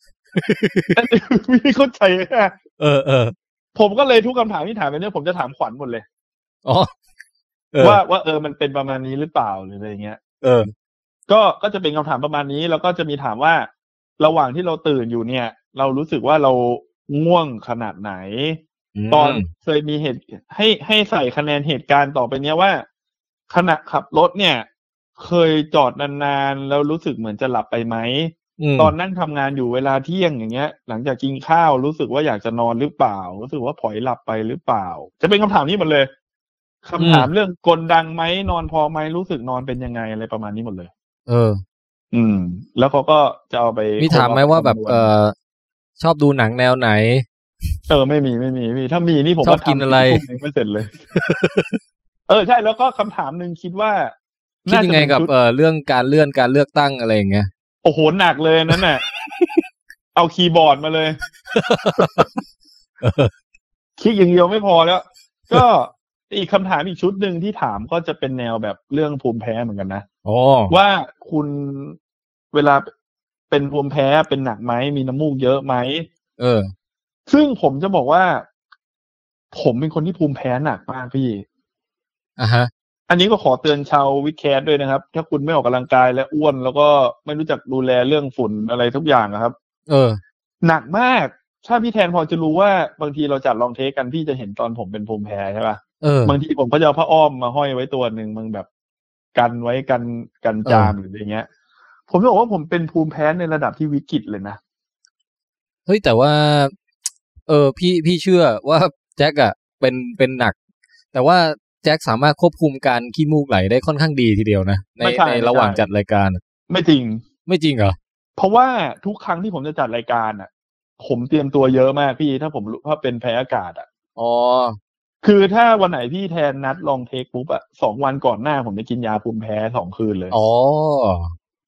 ไม่เข้าใจอ่ะเออเออผมก็เลยทุกคำถามที่ถามไปเนี่ยผมจะถามขวัญหมดเลยอ๋อว่าว่าเออมันเป็นประมาณนี้หรือเปล่าหรืออะไรเงี้ยเออก็ก็จะเป็นคำถามประมาณนี้แล้วก็จะมีถามว่าระหว่างที่เราตื่นอยู่เนี่ยเรารู้สึกว่าเราง่วงขนาดไหนตอนเคยมีเหตุให้ให้ใส่คะแนนเหตุการณ์ต่อไปเนี้ยว่าขณะขับรถเนี่ยเคยจอดนานๆแล้วรู้สึกเหมือนจะหลับไปไหมตอนนั่งทำงานอยู่เวลาเที่ยงอย่างเงี้ยหลังจากกินข้าวรู้สึกว่าอยากจะนอนหรือเปล่ารู้สึกว่าผอยหลับไปหรือเปล่าจะเป็นคำถามนี้หมดเลยคำถามเรื่องกลดังไหมนอนพอไหมรู้สึกนอนเป็นยังไงอะไรประมาณนี้หมดเลยเอออืมแล้วเขาก็จะเอาไปมีถามไหมว่าแบบเออชอบดูหนังแนวไหนเออไม่มีไม่มีมีถ้ามีนี่ผมชอบกินอะไรไม่เสร็จเลยเออใช่แล้วก็คำถามนึงคิดว่าคิดยังไงกับเออเรื่องการเลื่อนการเลือกตั้งอะไรอย่างเงี้ยโอ้โหหนักเลยนั่นน่ะเอาคีย์บอร์ดมาเลยคลิกอย่างเดียวไม่พอแล้วก็อีกคำถามอีกชุดหนึ่งที่ถามก็จะเป็นแนวแบบเรื่องภูมิแพ้เหมือนกันนะว่าคุณเวลาเป็นภูมิแพ้เป็นหนักไหมมีน้ำมูกเยอะไหมเออซึ่งผมจะบอกว่าผมเป็นคนที่ภูมิแพ้หนักมากพี่อ่าฮะอันนี้ก็ขอเตือนชาววิดแคสด้วยนะครับถ้าคุณไม่ออกกำลังกายและอ้วนแล้วก็ไม่รู้จักดูแลเรื่องฝุ่นอะไรทุกอย่างนะครับเออหนักมากถ้าพี่แทนพอจะรู้ว่าบางทีเราจัดลองเทคกันพี่จะเห็นตอนผมเป็นภูมิแพ้ใช่ป่ะเออบางทีผมก็จะเอาผ้าอ้อมมาห้อยไว้ตัวหนึ่งมันแบบกันไว้กันกันจามหรืออย่างเงี้ยผมบอกว่าผมเป็นภูมิแพ้ในระดับที่วิกฤตเลยนะเฮ้ยแต่ว่าเออพี่พี่เชื่อว่าแจ็คอะเป็นเป็นหนักแต่ว่าแจ็คสามารถควบคุมการขี้มูกไหลได้ค่อนข้างดีทีเดียวนะในในระหว่างจัดรายการไม่จริงไม่จริงเหรอเพราะว่าทุกครั้งที่ผมจะจัดรายการอ่ะผมเตรียมตัวเยอะมากพี่ถ้าผมถ้าเป็นแพ้อากาศอ่ะอ๋อคือถ้าวันไหนพี่แทนนัดลองเทคปุ๊บอ่ะสองวันก่อนหน้าผมจะกินยาภูมิแพ้สองคืนเลยอ๋อ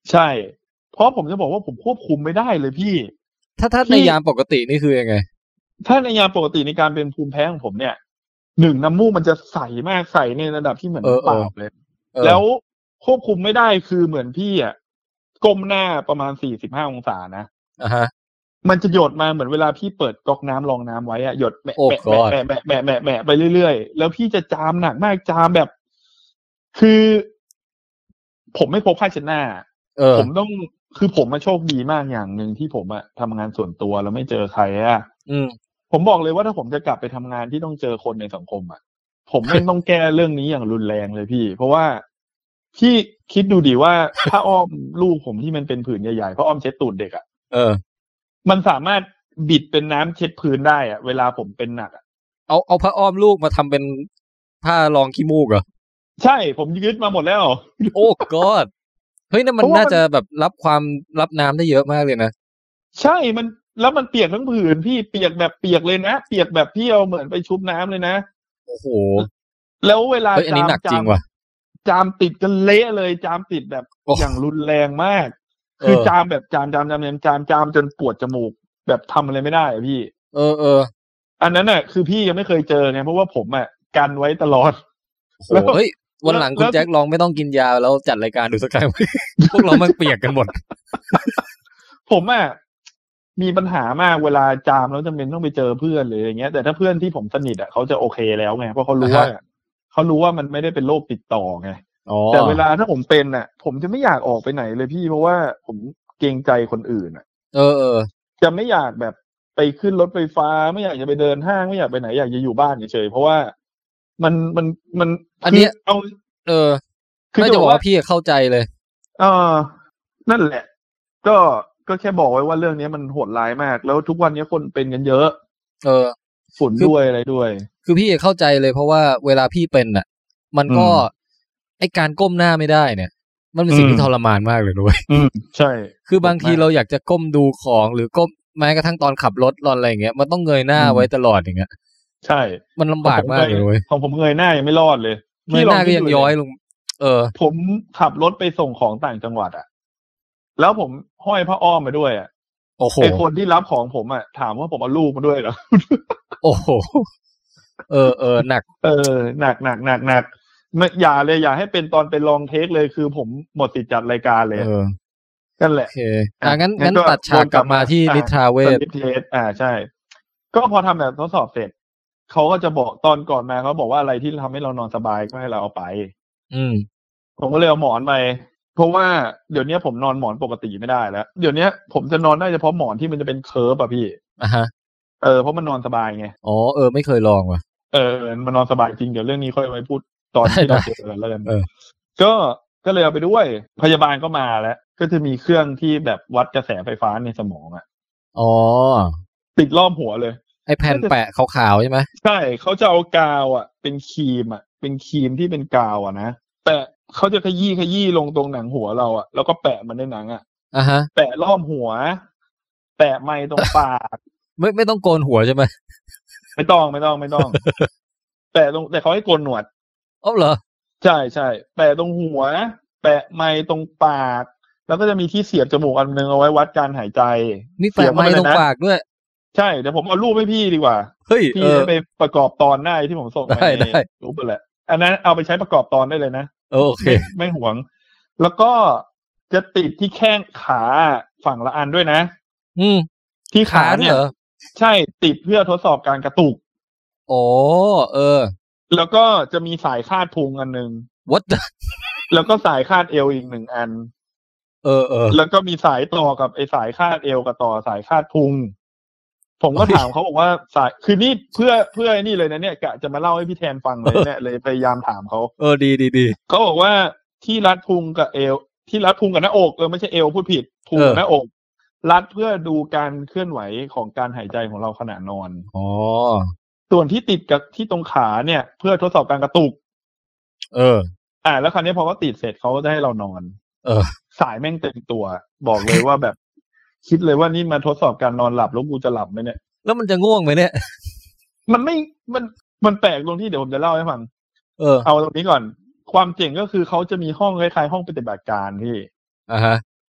ใช่เพราะผมจะบอกว่าผมควบคุมไม่ได้เลยพี่ถ้าถ้าในยามปกตินี่คือยังไงถ้าในยามปกติในการเป็นภูมิแพ้ของผมเนี่ยหนึ่งน้ำมูกมันจะใสมากใสในระดับที่เหมือนน้ำเปล่าเลยแล้วควบคุมไม่ได้คือเหมือนพี่อ่ะก้มหน้าประมาณสี่สิบห้าองศานะอ่าฮะมันจะหยดมาเหมือนเวลาพี่เปิดก๊อกน้ำรองน้ำไว้อะหยดแบะแบะแบะแบะแบะแบะแบะไปเรื่อยๆแล้วพี่จะจามหนักมากจามแบบคือผมไม่พกผ้าเช็ดหน้าผมต้องคือผมมาโชคดีมากอย่างหนึ่งที่ผมอะทำงานส่วนตัวแล้วไม่เจอใครอะผมบอกเลยว่าถ้าผมจะกลับไปทำงานที่ต้องเจอคนในสังคมอะผมไม่ต้องแก้เรื่องนี้อย่างรุนแรงเลยพี่เพราะว่าพี่คิดดูดิว่าผ้าอ้อมลูกผมที่มันเป็นผืนใหญ่ๆผ้าอ้อมเช็ดตูดเด็กอะเออมันสามารถบิดเป็นน้ำเช็ดพื้นได้อะเวลาผมเป็นหนักอะเอาเอาผ้าอ้อมลูกมาทำเป็นผ้ารองขี้มูกเหรอใช่ผมยึดมาหมดแล้วโอ้กอดเฮ้ยนั่นมันน่าจะแบบรับความรับน้ำได้เยอะมากเลยนะใช่มันแล้วมันเปียกทั้งผืนพี่เปียกแบบเปียกเลยนะเปียกแบบพี่เอาเหมือนไปชุบน้ำเลยนะโอ้โหแล้วเวลาจามจามจามติดกันเละเลยจามติดแบบอย่างรุนแรงมากคือจามแบบจามจามจามจามจามจามจนปวดจมูกแบบทำอะไรไม่ได้อะพี่เออเอออันนั้นน่ะคือพี่ยังไม่เคยเจอไงเพราะว่าผมอ่ะกันไว้ตลอดแล้วเฮ้ยวันหลังคุณแจ็คลองไม่ต้องกินยาแล้วจัดรายการดูสักครั้งพวกเรามันเปียกกันหมดผมอ่ะมีปัญหามากเวลาจามแล้วจำเป็นต้องไปเจอเพื่อนหรืออย่างเงี้ยแต่ถ้าเพื่อนที่ผมสนิทอ่ะเขาจะโอเคแล้วไงเพราะเขารู้ว่าเขารู้ว่ามันไม่ได้เป็นโรคติดต่อไงแต่เวลาถ้าผมเป็นอ่ะผมจะไม่อยากออกไปไหนเลยพี่เพราะว่าผมเกรงใจคนอื่นอ่ะเออเออจะไม่อยากแบบไปขึ้นรถไฟฟ้าไม่อยากจะไปเดินห้างไม่อยากไปไหนอยากจะอยู่บ้านเฉยๆเพราะว่ามันมันมันอันนี้เอาเออคือจะบอกว่าพี่เข้าใจเลยเออนั่นแหละก็ก็แค่บอกไว้ว่าเรื่องนี้มันโหดร้ายมากแล้วทุกวันนี้คนเป็นกันเยอะเออฝุ่นด้วยอะไรด้วยคือพี่เข้าใจเลยเพราะว่าเวลาพี่เป็นอ่ะมันก็ไอการก้มหน้าไม่ได้เนี่ยมันเป็นสิ่งที่ทรมานมากเลยด้วยใช่คือบางทีเราอยากจะก้มดูของหรือก้มแม้กระทั่งตอนขับรถรอนอะไรอย่างเงี้ยมันต้องเงยหน้าไว้ตลอดอย่างเงี้ยใช่มันลำบากมากเลยของผมเงยหน้ายังไม่รอดเลยเงยหน้าก็ยังย้อยลงเออผมขับรถไปส่งของต่างจังหวัดอ่ะแล้วผมห้อยผ้าอ้อมมาด้วยอ่ะโอ้โหไอคนที่รับของผมอ่ะถามว่าผมเอาลูกมาด้วยเหรอโอ้โหเออเออหนักเออหนักหนักหนักหนักไม่อย่าเลยอย่าให้เป็นตอนเป็นลองเทคเลยคือผมหมดติดจัดรายการเลยนั่นแหละโอเคอ่ะงั้นงั้นตัดฉากกลับมาที่นิทราเวทอ่าใช่ก็พอทำแบบทดสอบเสร็จเขาก็จะบอกตอนก่อนมาเขาบอกว่าอะไรที่ทำให้เรานอนสบายก็ให้เราเอาไปอืมผมก็เลยเอาหมอนไปเพราะว่าเดี๋ยวนี้ผมนอนหมอนปกติไม่ได้แล้วเดี๋ยวนี้ผมจะนอนได้เฉพาะหมอนที่มันจะเป็นเคิร์ฟอ่ะพี่อ่ะฮะเออเพราะมันนอนสบายไงอ๋อเออไม่เคยลองว่ะเออมันนอนสบายจริงเดี๋ยวเรื่องนี้ค่อยไว้พูดตอนที่เราเจอกันแล้วกันก็ก็เลยเอาไปด้วยพยาบาลก็มาแล้วก็จะมีเครื่องที่แบบวัดกระแสไฟฟ้าในสมองอ่ะอ๋อติดรอบหัวเลยไอ้แผ่นแปะขาวๆใช่ไหมใช่เขาจะเอากาวอ่ะเป็นครีมอ่ะเป็นครีมที่เป็นกาวอ่ะนะแปะเขาจะขยี้ขยี้ลงตรงหนังหัวเราอ่ะแล้วก็แปะมันในหนังอ่ะอ่าฮะแปะรอบหัวแปะไม้ตรงปากไม่ไม่ต้องโกนหัวใช่ไหมไม่ต้องไม่ต้องไม่ต้องแปะตรงแต่เขาให้โกนหนวดอ๋อเหรอใช่ใช่แปะตรงหัวแปะไม้ตรงปากแล้วก็จะมีที่เสียบจมูกอันนึงเอาไว้วัดการหายใจมีแปะไม้ตรงปากด้วยใช่เดี๋ยวผมเอารูปให้พี่ดีกว่าพี่จะไปประกอบตอนได้ที่ผมส่งไปในรูปไปแหละอันนั้นเอาไปใช้ประกอบตอนได้เลยนะโอเคไม่ห่วงแล้วก็จะติดที่แข้งขาฝั่งละอันด้วยนะอืมที่ขาเนี่ยใช่ติดเพื่อทดสอบการกระตุกโอ้เออแล้วก็จะมีสายคาดพุงอันนึง What แล้วก็สายคาดเอวอีกหนึ่งอันเออเออแล้วก็มีสายต่อกับไอ้สายคาดเอวกับต่อสายคาดพุงผมก็ถามเขาบอกว่าสายคือนี่เพื่อเพื่อนี่เลยนะเนี่ยกะจะมาเล่าให้พี่แทนฟังเลยเนี่ยเลยพยายามถามเขาเออดีดีดีเขาบอกว่าที่รัดพุงกับเอวที่รัดพุงกับหน้าอกเออไม่ใช่เอวพูดผิดพุงกับหน้าอกรัดเพื่อดูการเคลื่อนไหวของการหายใจของเราขณะนอนอ๋อส่วนที่ติดกับที่ตรงขาเนี่ยเพื่อทดสอบการกระตุกเอออ่าแล้วคราวนี้พอเขาติดเสร็จเขาก็จะให้เรานอนเออสายแม่งเต็มตัวบอกเลยว่าแบบคิดเลยว่านี่มาทดสอบการนอนหลับแล้วกูจะหลับไหมเนี่ยแล้วมันจะง่วงไหมเนี่ยมันไม่มันมันแปลกตรงที่เดี๋ยวผมจะเล่าให้ฟังเออเอาตรงนี้ก่อนความเจ๋งก็คือเขาจะมีห้องคล้ายๆห้องปฏิบัติการพี่อ่าฮะ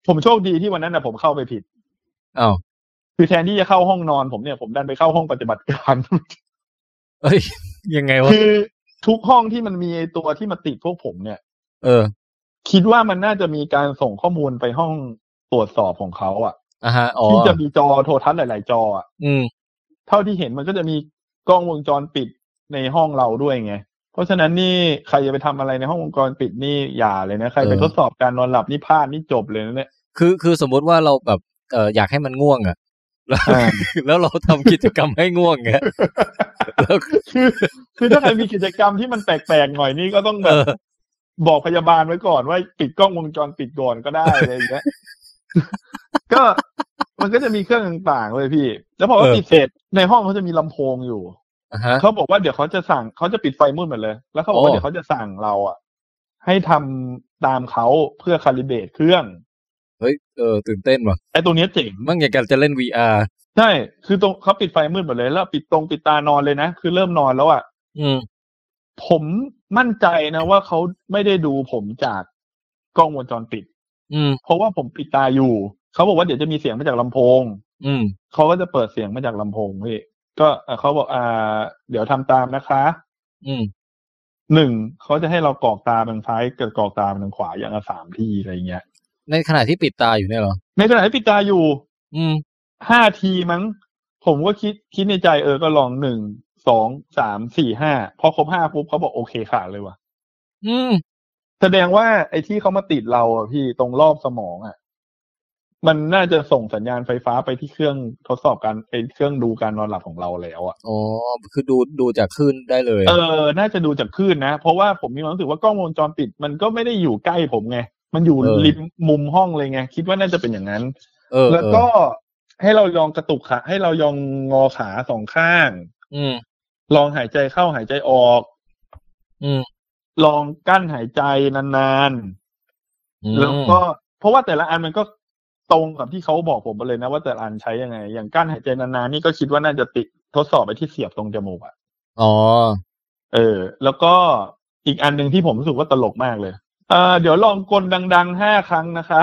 ผมโชคดีที่วันนั้นนะผมเข้าไปผิดอ้าวคือแทนที่จะเข้าห้องนอนผมเนี่ยผมดันไปเข้าห้องปฏิบัติการเอ้ยยังไงวะคือทุกห้องที่มันมีไอ้ตัวที่มาติดพวกผมเนี่ยเออคิดว่ามันน่าจะมีการส่งข้อมูลไปห้องตรวจสอบของเขาอ่ะอ่าฮะอ๋อที่จะมีจอโทรทัศน์หลายๆจออ่ะอืมเท่าที่เห็นมันก็จะมีกล้องวงจรปิดในห้องเราด้วยไงเพราะฉะนั้นนี่ใครจะไปทำอะไรในห้องวงจรปิดนี่อย่าเลยนะใครไปทดสอบการนอนหลับนี่พลาดนี่จบเลยนะเนี่ยคือคือสมมติว่าเราแบบเอออยากให้มันง่วงอ่ะแล้วแล้วเราทำกิจกรรมให้ง่วงไงแล้วคือคือถ้าใครมีกิจกรรมที่มันแปลกๆหน่อยนี่ก็ต้องแบบบอกพยาบาลไว้ก่อนว่าปิดกล้องวงจรปิดก่อนก็ได้อะไรอย่างเงี้ยก็มันก็จะมีเครื่องต่างๆเลยพี่แล้วพอติดเสร็จในห้องเขาจะมีลำโพงอยู่เขาบอกว่าเดี๋ยวเขาจะสั่งเขาจะปิดไฟมืดหมดเลยแล้วเขาบอกว่าเดี๋ยวเขาจะสั่งเราอ่ะให้ทำตามเขาเพื่อคาลิเบรตเครื่องเฮ้ยเออตื่นเต้นว่ะไอ้ตัวนี้เจ๋งมั่งอย่างกันจะเล่น วี อาร์ใช่คือตรงเขาปิดไฟมืดหมดเลยแล้วปิดตรงปิดตานอนเลยนะคือเริ่มนอนแล้วอ่ะอืมผมมั่นใจนะว่าเขาไม่ได้ดูผมจากกล้องวงจรปิดอืมเพราะว่าผมปิดตาอยู่เขาบอกว่าเดี๋ยวจะมีเสียงมาจากลำโพงอืมเขาก็จะเปิดเสียงมาจากลำโพงพี่ก็เขาบอกอ่าเดี๋ยวทำตามนะคะอืมหนึ่งเขาจะให้เรากรอกตาทางซ้ายกับกรอกตาทางขวาอย่างละสามทีอะไรเงี้ยในขณะที่ปิดตาอยู่เนี่ยเหรอในขณะที่ปิดตาอยู่อืมห้าทีมั้งผมก็คิดคิดในใจเออก็ลองหนึ่งสองสามสี่ห้าพอครบห้าปุ๊บเขาบอกโอเคขาดเลยว่ะอืมแสดงว่าไอ้ที่เขามาติดเราอ่ะพี่ตรงรอบสมองอ่ะมันน่าจะส่งสัญญาณไฟฟ้าไปที่เครื่องทดสอบการไอ้เครื่องดูการนอนหลับของเราแล้วอ่ะอ๋อคือดูดูจากคลื่นได้เลยเออน่าจะดูจากคลื่นนะเพราะว่าผมมีความรู้สึกว่ากล้องวงจรปิดมันก็ไม่ได้อยู่ใกล้ผมไงมันอยู่ริมมุมห้องเลยไงคิดว่าน่าจะเป็นอย่างนั้นเออแล้วก็ให้เราลองกระตุกขาให้เรายองงอขาสองข้างอืมลองหายใจเข้าหายใจออกอืมลองกั้นหายใจนานๆแล้วก็เพราะว่าแต่ละอันมันก็ตรงกับที่เขาบอกผมไปเลยนะว่าแต่ละอันใช้ยังไงอย่างกั้นหายใจนานๆนี่ก็คิดว่าน่าจะติดทดสอบไปที่เสียบตรงจมูกอ่ะอ๋อเออแล้วก็อีกอันหนึ่งที่ผมรู้สึกว่าตลกมากเลยเอ่อเดี๋ยวลองกลดังๆห้าครั้งนะคะ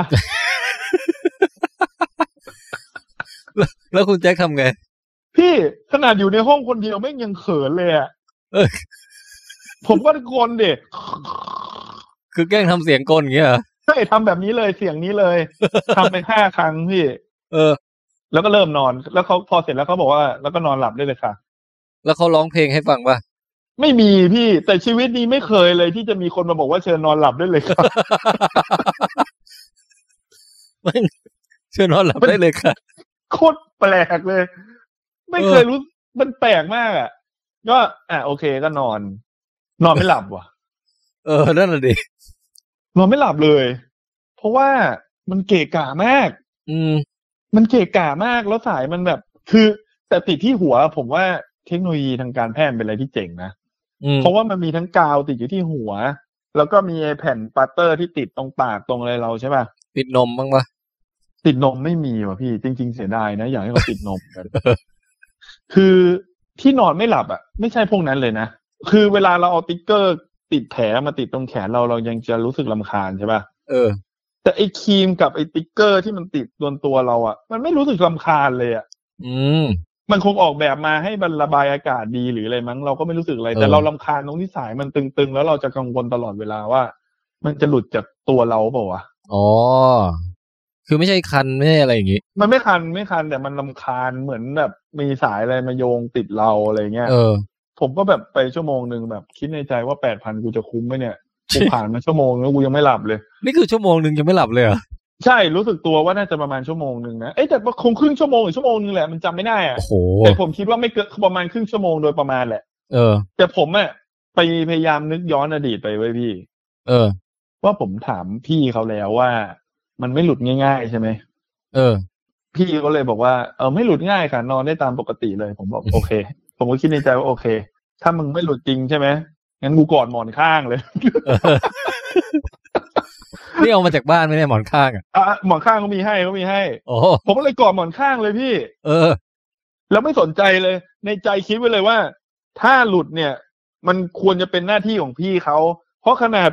แล้วคุณแจ็คทำไงพี่ขนาดอยู่ในห้องคนเดียวแม่งยังเขินเลยอ่ะผมก็กลเด็กคือแกล้งทำเสียงกลอย่างเงี้ยเหรอใช่ทำแบบนี้เลยเสียงนี้เลยทำไปห้าครั้งพี่เออแล้วก็เริ่มนอนแล้วเขาพอเสร็จแล้วเขาบอกว่าแล้วก็นอนหลับได้เลยค่ะแล้วเขาร้องเพลงให้ฟังป่ะไม่มีพี่แต่ชีวิตนี้ไม่เคยเลยที่จะมีคนมาบอกว่าเชิญนอนหลับได้เลยค่ะเชิญนอนหลับได้เลยค่ะโคตรแปลกเลยไม่เคยรู้มันแปลกมากอ่ะก็อ่ะโอเคก็นอนนอนไม่หลับว่ะเออนั่นแหละดินอนไม่หลับเลยเพราะว่ามันเกะกะมากอืมมันเกะกะมากแล้วสายมันแบบคือแต่ติดที่หัวผมว่าเทคโนโลยีทางการแพทย์เป็นอะไรที่เจ๋งนะเพราะว่ามันมีทั้งกาวติดอยู่ที่หัวแล้วก็มีแผ่นปัตเตอร์ที่ติดตรงปากตรงอะไรเราใช่ป่ะติดนมบ้างปะติดนมไม่มีว่ะพี่จริงๆเสียดายนะอยากให้เขาติดนมกัน คือที่นอนไม่หลับอ่ะไม่ใช่พวกนั้นเลยนะคือเวลาเราเอาติ๊กเกอร์ติดแผลมาติดตรงแขนเราเรายังจะรู้สึกรำคาญใช่ป่ะเออแต่ไอ้ครีมกับไอ้ติ๊กเกอร์ที่มันติดบนตัวเราอ่ะมันไม่รู้สึกรำคาญเลยอ่ะอืมมันคงออกแบบมาให้มันระบายอากาศดีหรืออะไรมั้งเราก็ไม่รู้สึกอะไรแต่เรารำคาญตรงที่สายมันตึงๆแล้วเราจะกังวลตลอดเวลาว่ามันจะหลุดจากตัวเราเปล่าวะอ๋อคือไม่ใช่คันไม่ใช่อะไรอย่างงี้มันไม่คันไม่คันแต่มันรำคาญเหมือนแบบมีสายอะไรมาโยงติดเราอะไรเงี้ยเออผมก็แบบไปชั่วโมงนึงแบบคิดในใจว่า แปดพัน กูจะคุ้มมั้ยเนี่ยกูผ่านมาชั่วโมงแล้วกูยังไม่หลับเลยนี่คือชั่วโมงนึงยังไม่หลับเลยเหรอใช่รู้สึกตัวว่าน่าจะประมาณชั่วโมงนึงนะเอ๊ะแต่คงครึ่งชั่วโมงหรือชั่วโมงนึงแหละมันจำไม่ได้อ่ะแต่ผมคิดว่าไม่เกินประมาณครึ่งชั่วโมงโดยประมาณแหละเออแต่ผมอ่ะไปพยายามนึกย้อนอดีตไปไว้พี่เออว่าผมถามพี่เขาแล้วว่ามันไม่หลุดง่ายๆใช่ไหมเออพี่ก็เลยบอกว่าเออไม่หลุดง่ายค่ะนอนได้ตามปกติเลยผมบอกโอเคผมก็คิดในใจว่าโอเคถ้ามึงไม่หลุดจริงใช่ไหมงั้นกูกอดหมอนข้างเลยนี่เอามาจากบ้านไม่ได้หมอนข้างอ่ะอ่ะหมอนข้างเขามีให้เขามีให้โอ้ผมก็เลยกอดหมอนข้างเลยพี่เออแล้วไม่สนใจเลยในใจคิดไว้เลยว่าถ้าหลุดเนี่ยมันควรจะเป็นหน้าที่ของพี่เขาเพราะขนาด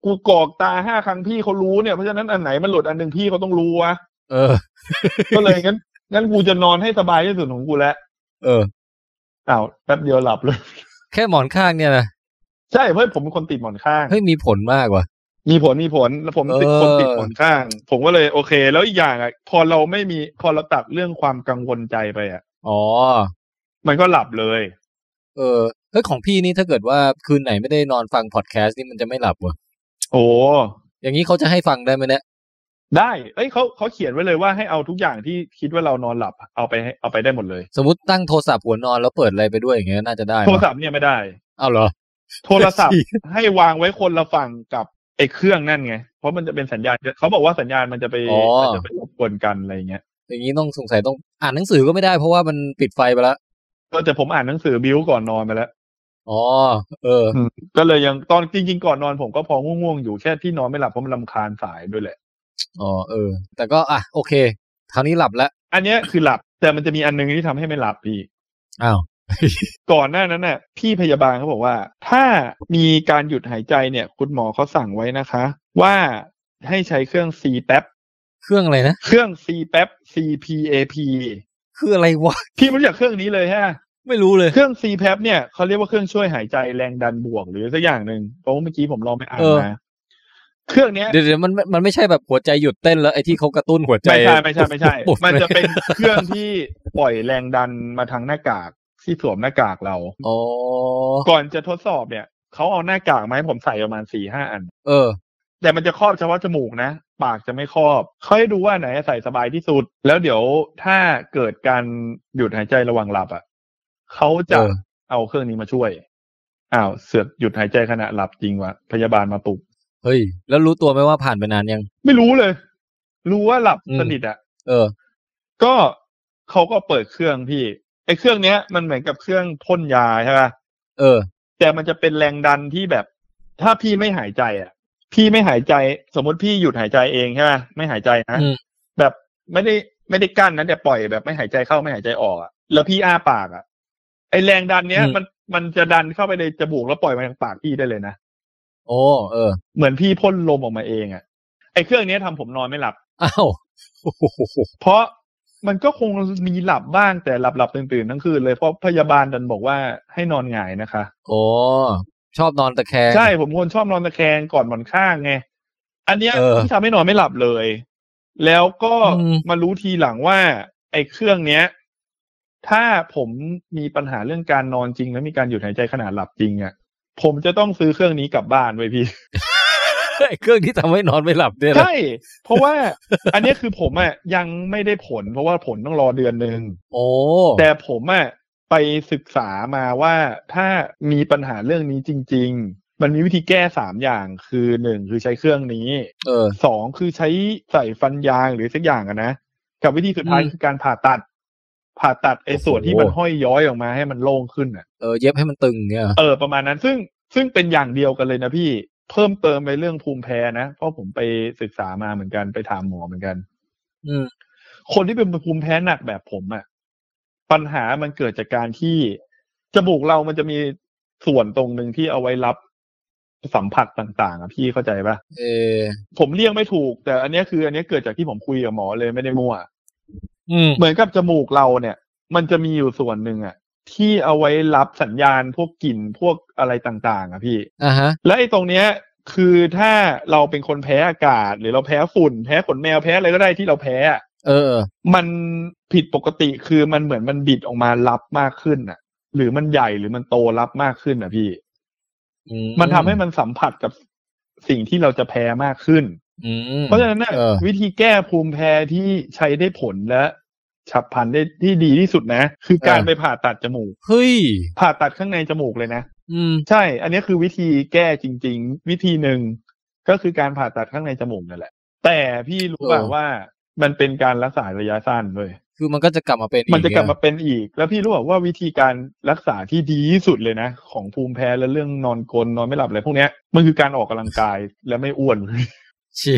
กูกรอกตาห้าครั้งพี่เขารู้เนี่ยเพราะฉะนั้นอันไหนมันหลุดอันนึงพี่เขาต้องรู้วะเออก็เลยงั้นงั้นกูจะนอนให้สบายที่สุดของกูแล้วเอออ้าวแป๊บเดียวหลับเลยแค่หมอนข้างเนี่ยนะใช่เพราะผมเป็นคนติดหมอนข้างเฮ้ยมีผลมากว่ะมีผลมีผลแล้วผมติดคนติดหมอนข้างผมก็เลยโอเคแล้วอีกอย่างอ่ะพอเราไม่มีพอเราตัดเรื่องความกังวลใจไปอ่ะอ๋อมันก็หลับเลยเออเฮ้ยของพี่นี่ถ้าเกิดว่าคืนไหนไม่ได้นอนฟังพอดแคสต์นี่มันจะไม่หลับวะโอ้อย่างนี้เขาจะให้ฟังได้ไหมเนี่ยได้เอ้ยเขาเขาเขียนไว้เลยว่าให้เอาทุกอย่างที่คิดว่าเรานอนหลับเอาไปให้เอาไปได้หมดเลยสมมติตั้งโทรศัพท์หัวนอนแล้วเปิดอะไรไปด้วยอย่างเงี้ยน่าจะได้โทรศัพท์เนี่ยไม่ได้อ้าวเหรอโทรศัพท์ให้วางไว้คนละฝั่งกับไอ้เครื่องนั่นไงเพราะมันจะเป็นสัญญาณเขาบอกว่าสัญญาณมันจะไปมันจะไปรบกวนกันอะไรเงี้ยอย่างนี้ต้องสงสัยต้องอ่านหนังสือก็ไม่ได้เพราะว่ามันปิดไฟไปแล้วก็แต่ผมอ่านหนังสือบิ้วก่อนนอนไปแล้วอ๋อเออก็เลยยังตอนจริงๆก่อนนอนผมก็พอง่วงๆอยู่แค่ที่นอนไม่หลับเพราะมันรำคาญสายด้วยแหละอ๋อเออแต่ก็อ่ะโอเคคราวนี้หลับแล้วอันนี้คือหลับแต่มันจะมีอันนึงที่ทำให้ไม่หลับพี่อ้าวก่อนหน้านั้นน่ะพี่พยาบาลเขาบอกว่าถ้ามีการหยุดหายใจเนี่ยคุณหมอเขาสั่งไว้นะคะว่าให้ใช้เครื่อง ซี แพ พีเครื่องอะไรนะเครื่อง ซี แพ พี ซี พี เอ พีคืออะไรวะพี่ไม่รู้จักเครื่องนี้เลยฮะไม่รู้เลยเครื่อง ซี แพ พี เนี่ยเขาเรียกว่าเครื่องช่วยหายใจแรงดันบวกหรือสักอย่างนึงเพราะเมื่อกี้ผมลองไปอ่านมาเครื่องเนี้ยเดี๋ยวๆมันมันไม่ใช่แบบหัวใจหยุดเต้นแล้วไอ้ที่เขากระตุ้นหัวใจไม่ใช่ไม่ใช่ไม่ใช่มันจะเป็นเครื่องที่ปล่อยแรงดันมาทางหน้ากากที่สวมหน้ากากเราอ๋อก่อนจะทดสอบเนี่ยเขาเอาหน้ากากมาให้ผมใส่ประมาณ สี่ห้า อันเออแต่มันจะครอบเฉพาะจมูกนะปากจะไม่ครอบเขาให้ดูว่าไหนใส่สบายที่สุดแล้วเดี๋ยวถ้าเกิดการหยุดหายใจระหว่างหลับอ่ะเขาจะเอาเครื่องนี้มาช่วยอ้าวเสือกหยุดหายใจขณะหลับจริงวะพยาบาลมาปลุกเฮ้ยแล้วรู้ตัวไหมว่าผ่านไปนานยังไม่รู้เลยรู้ว่าหลับสนิทอ่ะเออก็เขาก็เปิดเครื่องพี่ไอ้เครื่องเนี้ยมันเหมือนกับเครื่องพ่นยาใช่ป่ะเออแต่มันจะเป็นแรงดันที่แบบถ้าพี่ไม่หายใจอ่ะพี่ไม่หายใจสมมติพี่หยุดหายใจเองใช่ป่ะไม่หายใจนะแบบไม่ได้ไม่ได้กั้นนะแต่ปล่อยแบบไม่หายใจเข้าไม่หายใจออกอ่ะแล้วพี่อ้าปากอ่ะไอ้แรงดันเนี้ยมันมันจะดันเข้าไปในจมูกแล้วปล่อยมาทางปากพี่ได้เลยนะโอ้เออเหมือนพี่พ่นลมออกมาเองอ่ะไอ้เครื่องนี้ทำผมนอนไม่หลับอ้าวเพราะมันก็คงมีหลับบ้างแต่หลับหลับตื่นตื่นทั้งคืนเลยเพราะพยาบาลดันบอกว่าให้นอนหงายนะคะโอ้ชอบนอนตะแคงใช่ผมคนชอบนอนตะแคงก่อนหมอนข้างไงอันเนี้ยที่ทำให้นอนไม่หลับเลยแล้วก็มารู้ทีหลังว่าไอ้เครื่องเนี้ยถ้าผมมีปัญหาเรื่องการนอนจริงแล้วมีการหยุดหายใจขณะหลับจริงอ่ะผมจะต้องซื้อเครื่องนี้กลับบ้านไว้พี่เครื่องที่ทำให้นอนไม่หลับเนี่ยใช่เพราะว่าอันนี้คือผมอ่ะยังไม่ได้ผลเพราะว่าผลต้องรอเดือนนึงโอ้แต่ผมอ่ะไปศึกษามาว่าถ้ามีปัญหาเรื่องนี้จริงๆมันมีวิธีแก้สามอย่างคือหนึ่งคือใช้เครื่องนี้เออสองคือใช้ใส่ฟันยางหรือสักอย่างอะนะกับวิธีสุดท้ายคือการผ่าตัดผ่าตัดไอ้ส่วนที่มันห้อยย้อยออกมาให้มันโล่งขึ้นอ่ะเออเย็บให้มันตึงเนี่ยเออประมาณนั้นซึ่งซึ่งเป็นอย่างเดียวกันเลยนะพี่เพิ่มเติมไปเรื่องภูมิแพ้นะเพราะผมไปศึกษามาเหมือนกันไปถามหมอเหมือนกันอืมคนที่เป็นภูมิแพ้หนักแบบผมอ่ะปัญหามันเกิดจากการที่จมูกเรามันจะมีส่วนตรงนึงที่เอาไว้รับสัมผัสต่างๆอ่ะพี่เข้าใจป่ะเออผมเรียกไม่ถูกแต่อันนี้คืออันนี้เกิดจากที่ผมคุยกับหมอเลยไม่ได้มั่วอืมเหมือนกับจมูกเราเนี่ยมันจะมีอยู่ส่วนหนึ่งอ่ะที่เอาไว้รับสัญญาณพวกกลิ่นพวกอะไรต่างๆอ่ะพี่อ่าฮะและไอ้ตรงเนี้ยคือถ้าเราเป็นคนแพ้อากาศหรือเราแพ้ฝุ่นแพ้ขนแมวแพ้อะไรก็ได้ที่เราแพ้เออมันผิดปกติคือมันเหมือนมันบิดออกมารับมากขึ้นอ่ะหรือมันใหญ่หรือมันโตรับมากขึ้นอ่ะพี่มันทำให้มันสัมผัสกับสิ่งที่เราจะแพ้มากขึ้นเพราะฉะนั้นเนี่ยวิธีแก้ภูมิแพ้ที่ใช้ได้ผลและฉับพลันได้ที่ดีที่สุดนะคือการไปผ่าตัดจมูกเฮ้ยผ่าตัดข้างในจมูกเลยนะอืมใช่อันนี้คือวิธีแก้จริงๆวิธีหนึ่งก็คือการผ่าตัดข้างในจมูกนั่นแหละแต่พี่รู้ป่ะว่ามันเป็นการรักษาระยะสั้นเลยคือมันก็จะกลับมาเป็นอีกมันจะกลับมาเป็นอีกแล้วพี่รู้ป่ะว่าวิธีการรักษาที่ดีที่สุดเลยนะของภูมิแพ้และเรื่องนอนกรนนอนไม่หลับอะไรพวกเนี้ยมันคือการออกกำลังกายและไม่อ้วนชี้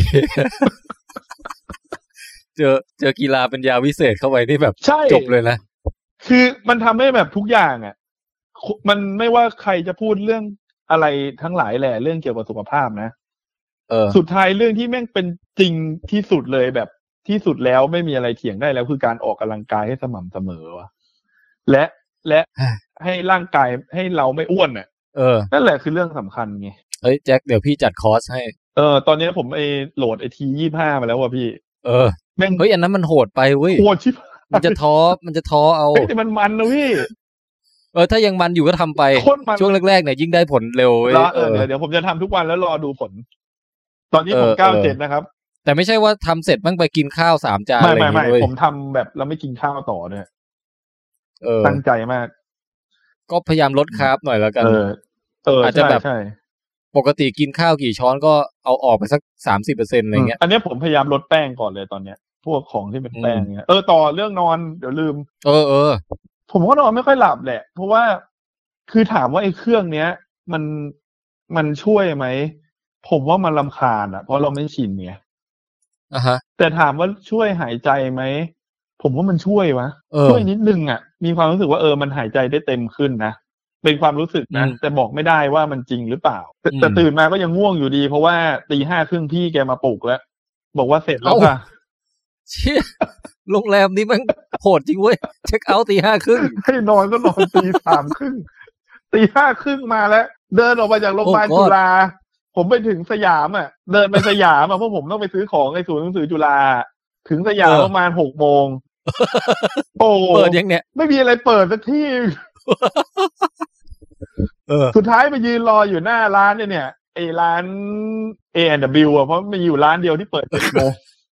เจอเจอกีฬาเป็นยาวิเศษเข้าไปนี่แบบจบเลยนะคือมันทำให้แบบทุกอย่างอ่ะมันไม่ว่าใครจะพูดเรื่องอะไรทั้งหลายแหละเรื่องเกี่ยวกับสุขภาพนะเออสุดท้ายเรื่องที่แม่งเป็นจริงที่สุดเลยแบบที่สุดแล้วไม่มีอะไรเถียงได้แล้วคือการออกกำลังกายให้สม่ำเสมอวะและและให้ร่างกายให้เราไม่อ้วนน่ะเออนั่นแหละคือเรื่องสำคัญไงเฮ้ยแจ็คเดี๋ยวพี่จัดคอร์สให้เออตอนนี้ผมไอโหลดไอทียี่สิบห้ามาแล้วว่ะพี่เออแม่งเฮ้ยอันนั้นมันโหดไปเว้ยโหดชิบมันจะท้อมันจะท้อเอาเฮ้ยแต่มันมันนะพี่เออถ้ายังมันอยู่ก็ทำไปช่วงแรกๆเนี่ยยิ่งได้ผลเร็วเว้ยเออเดี๋ยวเดี๋ยวผมจะทำทุกวันแล้วรอดูผลตอนนี้ผมเก้าเจ็ดนะครับแต่ไม่ใช่ว่าทำเสร็จมั่งไปกินข้าวสามจานอะไรอย่างเงี้ยไม่ไม่ผมทำแบบเราไม่กินข้าวต่อเนี่ยเออตั้งใจมากก็พยายามลดคาร์บหน่อยแล้วกันเออเอออาจจะแบบปกติกินข้าวกี่ช้อนก็เอาออกไปสักสามสิบเปอร์เซ็นต์อะไรเงี้ยอันนี้ผมพยายามลดแป้งก่อนเลยตอนเนี้ยพวกของที่เป็นแป้งเงี้ยเออต่อเรื่องนอนเดี๋ยวลืมเออเออผมก็นอนไม่ค่อยหลับแหละเพราะว่าคือถามว่าไอ้เครื่องเนี้ยมันมันช่วยไหมผมว่ามันรำคาญอ่ะเพราะเราไม่ชินไงอ่าฮะแต่ถามว่าช่วยหายใจไหมผมว่ามันช่วยวะช่วยนิดนึงอ่ะมีความรู้สึกว่าเออมันหายใจได้เต็มขึ้นนะเป็นความรู้สึกนะแต่บอกไม่ได้ว่ามันจริงหรือเปล่าแต่ตื่นมาก็ยังง่วงอยู่ดีเพราะว่าตีห้าครึ่งพี่แกมาปลุกแล้วบอกว่าเสร็จแล้วค่ะเชี่ยโรงแรมนี้มันโหดจริงเว้ยเช็คเอาท์ตีห้าครึ่งให้นอนก็นอนตีสามครึ่งตีห้าครึ่งมาแล้วเดินออกมาจากโรงพยาบาลจุฬาผมไปถึงสยามอ่ะเดินไปสยามอ่ะเพราะผมต้องไปซื้อของในศูนย์หนังสือจุฬาถึงสยามประมาณหกโมงโอ้เปิดยังเนี่ยไม่มีอะไรเปิดสักที่สุดท้ายไปยืนรออยู่หน้าร้านเนี่ยเนี่ยไอ้ร้าน เอ แอนด์ ดับเบิลยู อ่ะเพราะมีอยู่ร้านเดียวที่เปิดเจ็ดโมง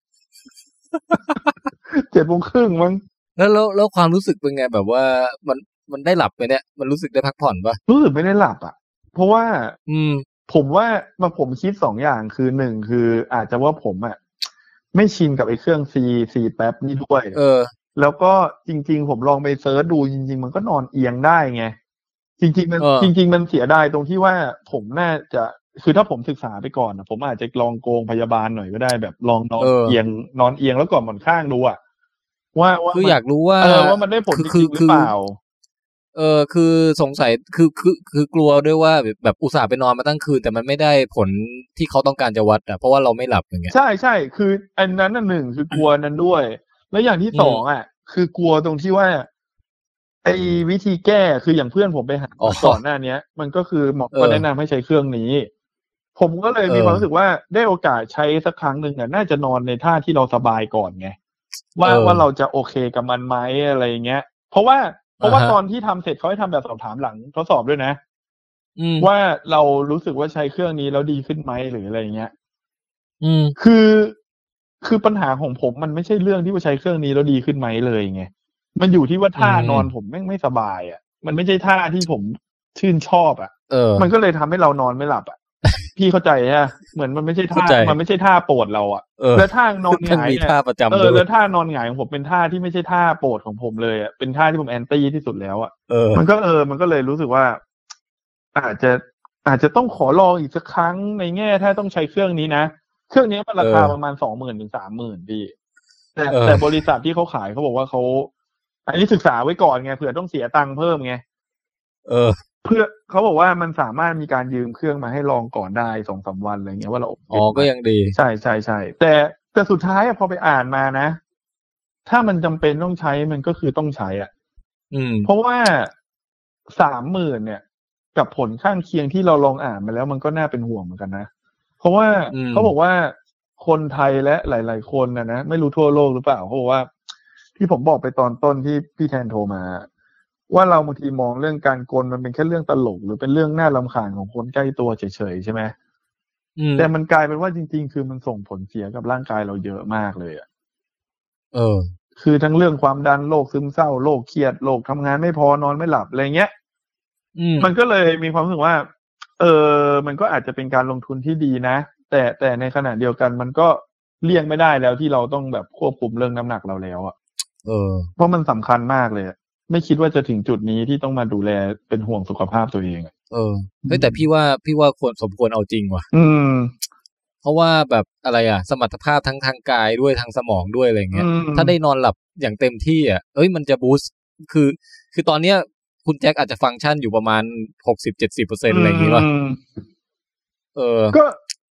เจ็ดโมงครึ่งมั้งแล้วแล้วแล้วความรู้สึกเป็นไงแบบว่ามันมันได้หลับไปเนี่ยมันรู้สึกได้พักผ่อนปะรู้สึกไม่ได้หลับอ่ะเพราะว่าอืมผมว่ามาผมคิดสองอย่างคือหนึ่งคืออาจจะว่าผมอ่ะไม่ชินกับไอ้เครื่องซีซีแป๊บนี่ด้วยเออแล้วก็จริงๆผมลองไปเซิร์ชดูจริงๆมันก็นอนเอียงได้ไงจริงๆมันจริงๆมันเสียดายตรงที่ว่าผมน่าจะคือถ้าผมศึกษาไปก่อนนะผมอาจจะลองโกงพยาบาลหน่อยก็ได้แบบลองนอนเอียงนอนเอียงแล้วก่อนหมอนข้างดูอ่ะว่าว่าคืออยากรู้ว่าเออว่ามันได้ผลจริงหรือเปล่าเออคือสงสัยคือคือคือกลัวด้วยว่าแบบอุตส่าห์ไปนอนมาตั้งคืนแต่มันไม่ได้ผลที่เขาต้องการจะวัดอ่ะเพราะว่าเราไม่หลับอย่างเงี้ยใช่ใช่คืออันนั้นน่ะหนึ่งคือกลัวนั้นด้วยแล้วอย่างที่สองอ่ะคือกลัวตรงที่ว่าไอ้วิธีแก้คืออย่างเพื่อนผมไปหาก่อนหน้านี้มันก็คือหมอก็แนะนำให้ใช้เครื่องนี้ผมก็เลยมีความรู้สึกว่าได้โอกาสใช้สักครั้งหนึ่งอ่ะน่าจะนอนในท่าที่เราสบายก่อนไงว่าว่าเราจะโอเคกับมันไหมอะไรเงี้ยเพราะว่าเพราะว่าตอนที่ทำเสร็จเขาให้ทำแบบสอบถามหลังทดสอบด้วยนะว่าเรารู้สึกว่าใช้เครื่องนี้แล้วดีขึ้นไหมหรืออะไรเงี้ยอืมคือคือปัญหาของผมมันไม่ใช่เรื่องที่ว่าใช้เครื่องนี้แล้วดีขึ้นไหมเลยไงมันอยู่ที่ว่าท่านอนผมแม่งไม่สบายอ่ะมันไม่ใช่ท่าที่ผมชื่นชอบอ่ะเออมันก็เลยทำให้เรานอนไม่หลับอ่ะพี่เข้าใจฮะเหมือนมันไม่ใช่ท่ามันไม่ใช่ท่าโปรดเราอ่ะแล้วท่านอนหงายเนี่ยเออแล้วท่านอนหงายของผมเป็นท่าที่ไม่ใช่ท่าโปรดของผมเลยอ่ะเป็นท่าที่ผมแอนตี้ที่สุดแล้วอ่ะมันก็เออมันก็เลยรู้สึกว่าอาจจะอาจจะต้องขอลองอีกสักครั้งในแง่ถ้าต้องใช้เครื่องนี้นะเครื่องนี้มันราคาประมาณสองหมื่นถึงสามหมื่นพี่แต่แต่บริษัทที่เขาขายเขาบอกว่าเขาอันนี้ศึกษาไว้ก่อนไงเผื่อต้องเสียตังค์เพิ่มไงเออเพื่อเขาบอกว่ามันสามารถมีการยืมเครื่องมาให้ลองก่อนได้สองสามวันอะไรเงี้ยว่าเราอ๋อก็ยังดีใช่ใช่ใช่แต่แต่สุดท้ายพอไปอ่านมานะถ้ามันจำเป็นต้องใช้มันก็คือต้องใช้อ่ะอืมเพราะว่าสามหมื่นเนี่ยกับผลข้างเคียงที่เราลองอ่านมาแล้วมันก็น่าเป็นห่วงเหมือนกันนะเพราะว่าเขาบอกว่าคนไทยและหลายๆคนนะนะไม่รู้ทั่วโลกหรือเปล่าเขาบอกว่าที่ผมบอกไปตอนต้นที่พี่แทนโทรมาว่าเราบางทีมองเรื่องการกลมันเป็นแค่เรื่องตลกหรือเป็นเรื่องน่ารำคาญของคนใกล้ตัวเฉยๆใช่ไหมแต่มันกลายเป็นว่าจริงๆคือมันส่งผลเสียกับร่างกายเราเยอะมากเลยอ่ะเออคือทั้งเรื่องความดันโรคซึมเศร้าโรคเครียดโรคทำงานไม่พอนอนไม่หลับอะไรเงี้ยมันก็เลยมีความรู้สึกว่าเออมันก็อาจจะเป็นการลงทุนที่ดีนะแต่แต่ในขณะเดียวกันมันก็เลี่ยงไม่ได้แล้วที่เราต้องแบบควบคุมเรื่องน้ำหนักเราแล้วอ่ะเออเพราะมันสำคัญมากเลยไม่คิดว่าจะถึงจุดนี้ที่ต้องมาดูแลเป็นห่วงสุขภาพตัวเองอ่ะเออเฮ้ยแต่พี่ว่าพี่ว่าควรสมควรเอาจริงว่ะอืมเพราะว่าแบบอะไรอ่ะสมรรถภาพทั้งทางกายด้วยทางสมองด้วยอะไรเงี้ยถ้าได้นอนหลับอย่างเต็มที่อ่ะเอ้ยมันจะบูสต์คือคือตอนเนี้ยคุณแจ็คอาจจะฟังก์ชันอยู่ประมาณ หกสิบ เจ็ดสิบเปอร์เซ็นต์ อะไรอย่างงี้ป่ะเออก็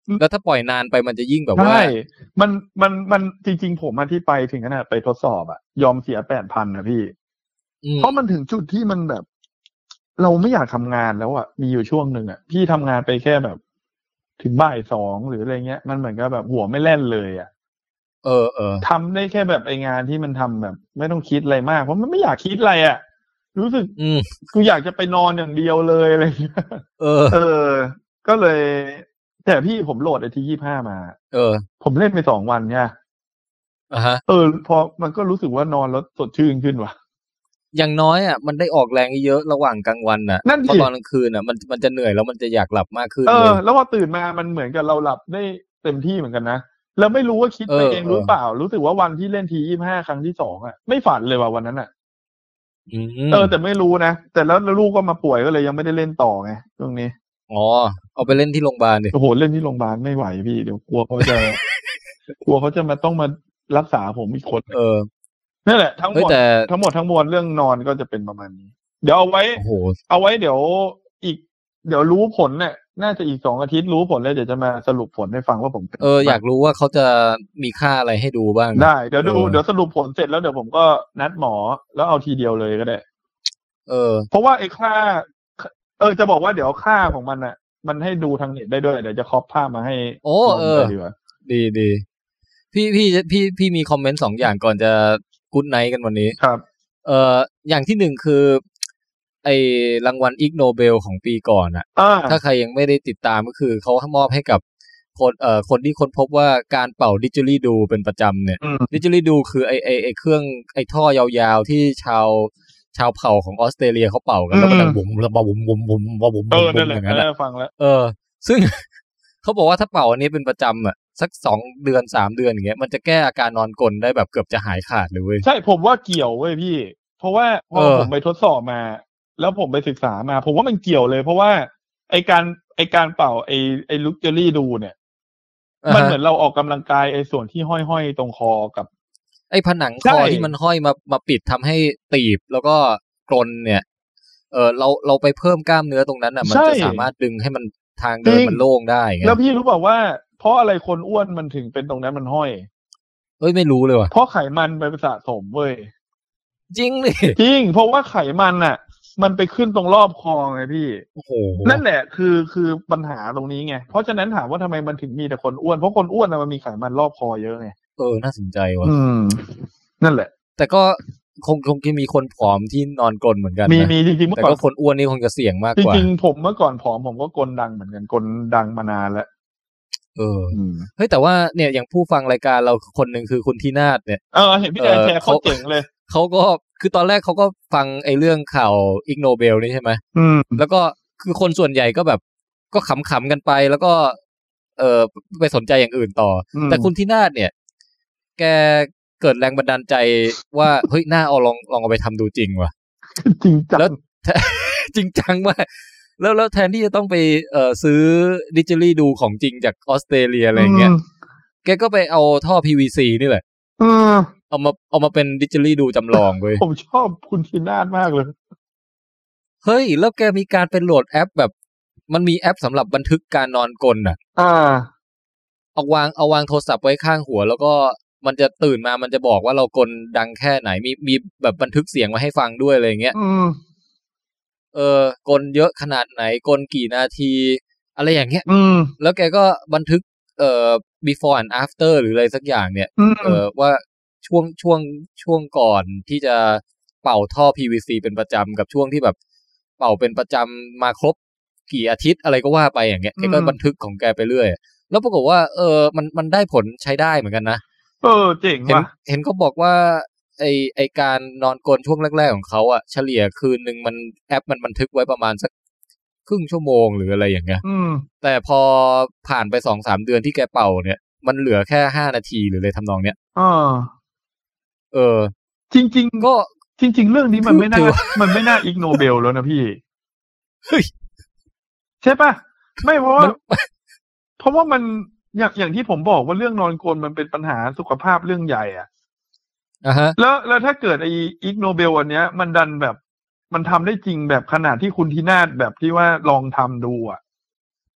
แล้วถ้าปล่อยนานไปมันจะยิ่งแบบว่าใช่มันมันมันจริงๆผมมาที่ไปถึงขนาดไปทดสอบอะยอมเสียแปดพันนะพี่เพราะมันถึงจุดที่มันแบบเราไม่อยากทำงานแล้วอะมีอยู่ช่วงหนึ่งอะพี่ทำงานไปแค่แบบถึงบ่ายสองหรืออะไรเงี้ยมันเหมือนกับแบบหัวไม่แล่นเลยอะเออเออทำได้แค่แบบไองานที่มันทำแบบไม่ต้องคิดอะไรมากเพราะมันไม่อยากคิดอะไรอะรู้สึกกูอยากจะไปนอนอย่างเดียวเลยอะไรเงี้ยเออเออก็เลยแต่พี่ผมโหลดไอทียี่ห้ามาเออผมเล่นไปสองวันเนี่ยอ่าฮะเออพอมันก็รู้สึกว่านอนแล้วสดชื่นขึ้นว่ะอย่างน้อยอ่ะมันได้ออกแรงเยอะระหว่างกลางวันน่ะเพราะตอนกลางคืนอ่ะมันมันจะเหนื่อยแล้วมันจะอยากหลับมากขึ้นเออแล้วพอตื่นมามันเหมือนกับเราหลับได้เต็มที่เหมือนกันนะแล้วไม่รู้ว่าคิดไปเองรู้เปล่ารู้สึกว่าวันที่เล่นทียี่ห้าครั้งที่สองอ่ะไม่ฝันเลยว่ะวันนั้นอ่ะเออแต่ไม่รู้นะแต่แล้วลูกก็มาป่วยก็เลยยังไม่ได้เล่นต่อไงตรงนี้อ๋อเอาไปเล่นที่โรงพยาบาลดิโอ้โหเล่นที่โรงพยาบาลไม่ไหวพี่เดี๋ยวกลัวเขาจะกลัวเขาจะมาต้องมารักษาผมอีกคนเออนั่นแหละทั้งหมดทั้งหมดทั้งมวลเรื่องนอนก็จะเป็นประมาณนี้เดี๋ยวเอาไว้เอาไว้เดี๋ยวอีกเดี๋ยวรู้ผลเนี่ยน่าจะอีกสองอาทิตย์รู้ผลแล้วเดี๋ยวจะมาสรุปผลให้ฟังว่าผมเอออยากรู้ว่าเขาจะมีค่าอะไรให้ดูบ้างได้เดี๋ยวดูเดี๋ยวสรุปผลเสร็จแล้วเดี๋ยวผมก็นัดหมอแล้วเอาทีเดียวเลยก็ได้เออเพราะว่าไอ้ค่าเออจะบอกว่าเดี๋ยวค่าของมันอ่ะมันให้ดูทางเน็ตได้ด้วยเดี๋ยวจะครอปภาพมาให้โอ้เออดีดีพี่พี่พี่พี่มีคอมเมนต์สองอย่างก่อนจะกู๊ดไนท์กันวันนี้ครับเอ่ออย่างที่หนึ่งคือไอ้รางวัลอิกโนเบลของปีก่อนอ่ะถ้าใครยังไม่ได้ติดตามก็คือเขามอบให้กับคนเอ่อคนที่ค้นพบว่าการเป่าดิจิลี่ดูเป็นประจำเนี่ยดิจิลี่ดูคือไอ้ไอ้ไอ้เครื่องไอ้ท่อยาวๆที่ชาวชาวเผ่าของออสเตรเลียเขาเป่ากันแล้วมันดังบุ๋มแล้วบุ๋มบุ๋มบุ๋มบุ๋มบุ๋มบุ๋มอย่างนั้นฟังแล้วเออซึ่งเขาบอกว่าถ้าเป่าอันนี้เป็นประจำอ่ะสักสองเดือนสามเดือนอย่างเงี้ยมันจะแก้อาการนอนกรนได้แบบเกือบจะหายขาดเลยเว้ยใช่ผมว่าเกี่ยวเว้ยพี่เพราะว่าพอผมไปทดสอบมาแล้วผมไปศึกษามาผมว่ามันเกี่ยวเลยเพราะว่าไอการไอการเป่าไอไอลูกเจอรี่ดูเนี่ยมันเหมือนเราออกกำลังกายไอส่วนที่ห้อยๆตรงคอกับไอผนังคอที่มันห้อยมามาปิดทำให้ตีบแล้วก็กรนเนี่ยเออเราเราไปเพิ่มกล้ามเนื้อตรงนั้นอ่ะมันจะสามารถดึงให้มันทางเดินมันโล่งได้ไงแล้วพี่รู้เปล่าว่าเพราะอะไรคนอ้วนมันถึงเป็นตรงนั้นมันห้อยเอ้ยไม่รู้เลยว่ะเพราะไขมันไปสะสมเว้ยจริงดิจริงเพราะว่าไขมันอ่ะมันไปขึ้นตรงรอบคอไงพี่โอ้โหนั่นแหละคือคือปัญหาตรงนี้ไงเพราะฉะนั้นถามว่าทำไมมันถึงมีแต่คนอ้วนเพราะคนอ้วนมันมีไขมันรอบคอเยอะไงเออน่าสนใจว่ะอืมนั่นแหละแต่ก็คงคงจะมีคนผอมที่นอนกรนเหมือนกันมีมีจริงๆเมื่อก่อนแต่ก็คนอ้วนนี่คงจะเสี่ยงมากกว่าจริงๆผมเมื่อก่อนผอมผมก็กรนดังเหมือนกันกรนดังมานานแล้วเออเฮ้ยแต่ว่าเนี่ยอย่างผู้ฟังรายการเราคนหนึ่งคือคุณทีนาฏเนี่ยเออเห็นพี่แอนแชร์เขาเจ๋งเลยเขาก็คือตอนแรกเขาก็ฟังไอ้เรื่องข่าวอิกโนเบลนี่ใช่ไหมอืมแล้วก็คือคนส่วนใหญ่ก็แบบก็ขำๆกันไปแล้วก็เออไปสนใจอย่างอื่นต่อแต่คุณทีนาฏเนี่ยแกเกิดแรงบันดาลใจว่าเฮ้ยน่าเอาลองลองเอาไปทำดูจริงว่ะจริงจังแล้วจริงจังมากแล้วแล้วแทนที่จะต้องไปเอ่อซื้อดิจิลี่ดูของจริงจากออสเตรเลียอะไรเงี้ยแกก็ไปเอาท่อ พี วี ซี นี่แหละเออเอามาเอามาเป็นดิจิลี่ดูจำลองเว้ยผมชอบคุณทีนาฏมากเลยเฮ้ยแล้วแกมีการเป็นโหลดแอปแบบมันมีแอปสำหรับบันทึกการนอนกลนอ่ะอ่าเอาวางเอาวางโทรศัพท์ไว้ข้างหัวแล้วก็มันจะตื่นมามันจะบอกว่าเรากลดังแค่ไหนมีมีแบบบันทึกเสียงมาให้ฟังด้วยอะไรเงี้ยเออกลเยอะขนาดไหนกลกี่นาทีอะไรอย่างเงี้ยแล้วแกก็บันทึกเอ่อ before and after หรืออะไรสักอย่างเนี่ยเออว่าช่วงช่วงช่วงก่อนที่จะเป่าท่อ พี วี ซี เป็นประจำกับช่วงที่แบบเป่าเป็นประจำมาครบกี่อาทิตย์อะไรก็ว่าไปอย่างเงี้ยแกก็บันทึกของแกไปเรื่อยแล้วปรากฏว่าเออมันมันได้ผลใช้ได้เหมือนกันนะเออเจ๋งว่ะเห็นเขาบอกว่าไอไอการนอนกลนช่วงแรกๆของเขาอะเฉลี่ยคืนนึงมันแอปมันบันทึกไว้ประมาณสักครึ่งชั่วโมงหรืออะไรอย่างเงี้ยแต่พอผ่านไป สองถึงสาม เดือนที่แกเป่าเนี่ยมันเหลือแค่ห้านาทีหรือเลยทำนองเนี้ยอ๋อเออจริงๆก็จริงๆเรื่องนี้มันไม่น่ามันไม่น่าอิกโนเบลแล้วนะพี่เฮ้ยใช่ป่ะไม่เพราะว่าเพราะว่ามันอย่างอย่างที่ผมบอกว่าเรื่องนอนกลนมันเป็นปัญหาสุขภาพเรื่องใหญ่อ่ะอ่าฮะแล้วแล้วถ้าเกิดไอ้อิกโนเบลอันเนี้ยมันดันแบบมันทำได้จริงแบบขนาดที่คุณทีนาฏแบบที่ว่าลองทำดูอ่ะ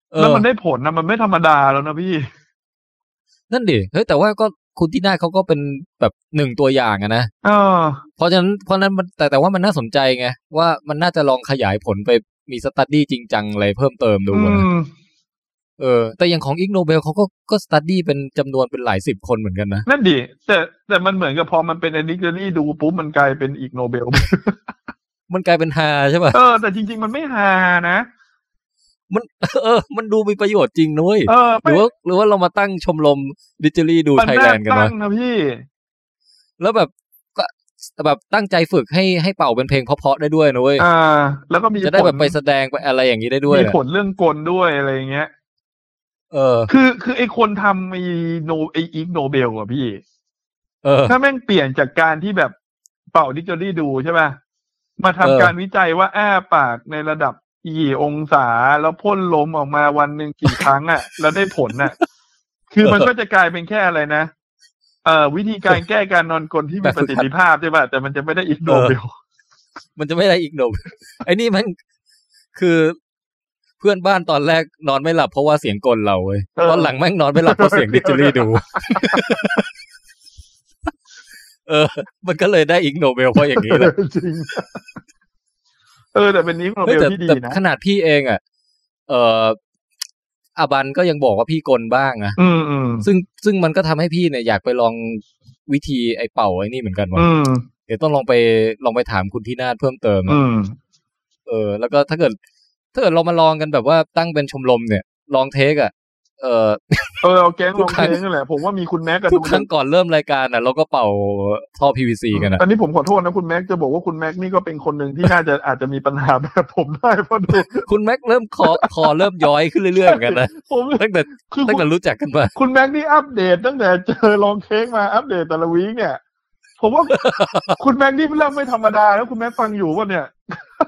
แล้วมันได้ผลนะมันไม่ธรรมดาแล้วนะพี่นั่นดิเฮ้ยแต่ว่าก็คุณที่น่าเขาก็เป็นแบบหนึ่งตัวอย่างอะนะเออเพราะฉะนั้นเพราะนั้นมันแต่แต่ว่ามันน่าสนใจไงว่ามันน่าจะลองขยายผลไปมีสตั๊ดดี้จริงจังอะไรเพิ่มเติมดูนะเออแต่อย่างของอิกโนเบลเขาก็ก็สตั๊ดดี้เป็นจำนวนเป็นหลายสิบคนเหมือนกันนะนั่นดิแต่แต่มันเหมือนกับพอมันเป็นอันนี้ก็นี่ดูปุ๊บมันกลายเป็นอิกโนเบลมันกลายเป็นฮาใช่ป่ะเออแต่จริงๆมันไม่ฮานะมันเออมันดูมีประโยชน์จริงนุ้ยหรือว่าหรือว่าเรามาตั้งชมรมดิจิลี่ดูไทยแลนด์กันนะนะพี่แล้วแบบแบบตั้งใจฝึกให้ให้เป่าเป็นเพลงเพราะๆได้ด้วยนุ้ยอ่าแล้วก็มีจะได้แบบไปแสดงไปอะไรอย่างนี้ได้ด้วยมีผลเรื่องกลด้วยอะไรอย่างเงี้ยเออคือคือไอคนทำไอโนไออิกโนเบลอะพี่เออถ้าแม่งเปลี่ยนจากการที่แบบเป่าดิจิลี่ดูใช่ป่ะมาทำการวิจัยว่าอ้าปากในระดับกี่องศาแล้วพ่นลมออกมาวันหนึ่งกี่ครั้งอ่ะแล้วได้ผลน่ะคือมันก็จะกลายเป็นแค่อะไรนะเอ่อวิธีการแก้การนอนกลที่มีประสิทธิภาพใช่ป่ะแต่มันจะไม่ได้อิกโนเบลมันจะไม่ได้อิกโนเบลไอ้นี่มันคือเพื่อนบ้านตอนแรกนอนไม่หลับเพราะว่าเสียงกลเราเว้ยตอนหลังแม่งนอนไม่หลับเพราะเสียงดิจิลี่ดูเออมันก็เลยได้อิกโนเบลเพราะอย่างนี้แหละจริงเออแต่เป็นอิกโนเบลที่ดีนะขนาดพี่เองอ่ะเอ่ออาบันก็ยังบอกว่าพี่กลบ้างนะซึ่งซึ่งมันก็ทำให้พี่เนี่ยอยากไปลองวิธีไอ้เป่าไอ้นี่เหมือนกันว่าเดี๋ยวต้องลองไปลองไปถามคุณที่นาฏเพิ่มเติมเออแล้วก็ถ้าเกิดถ้าเกิดเรามาลองกันแบบว่าตั้งเป็นชมรมเนี่ยลองเทคอ่ะเออเออเอาแก๊งลองเทคนั่นแหละผมว่ามีคุณแม็กกันทุกครั้งก่อนเริ่มรายการอ่ะเราก็เป่าท่อ พี วี ซี กันอ่ะอันนี้ผมขอโทษนะคุณแม็กจะบอกว่าคุณแม็กนี่ก็เป็นคนหนึ่งที่น่าจะอาจจะมีปัญหาแบบผมได้เพราะดูคุณแม็กเริ่มคอคอเริ่มย้อยขึ้นเรื่อยๆเหมือนกันนะตั้งแต่ตั้งแต่รู้จักกันมาคุณแม็กนี่อัปเดตตั้งแต่เจอลองเค้กมาอัปเดตแต่ละวีคเนี่ยผมว่าคุณแม็กนี่เริ่มไม่ธรรมดาแล้วคุณแม็กฟังอยู่ป่ะเนี่ย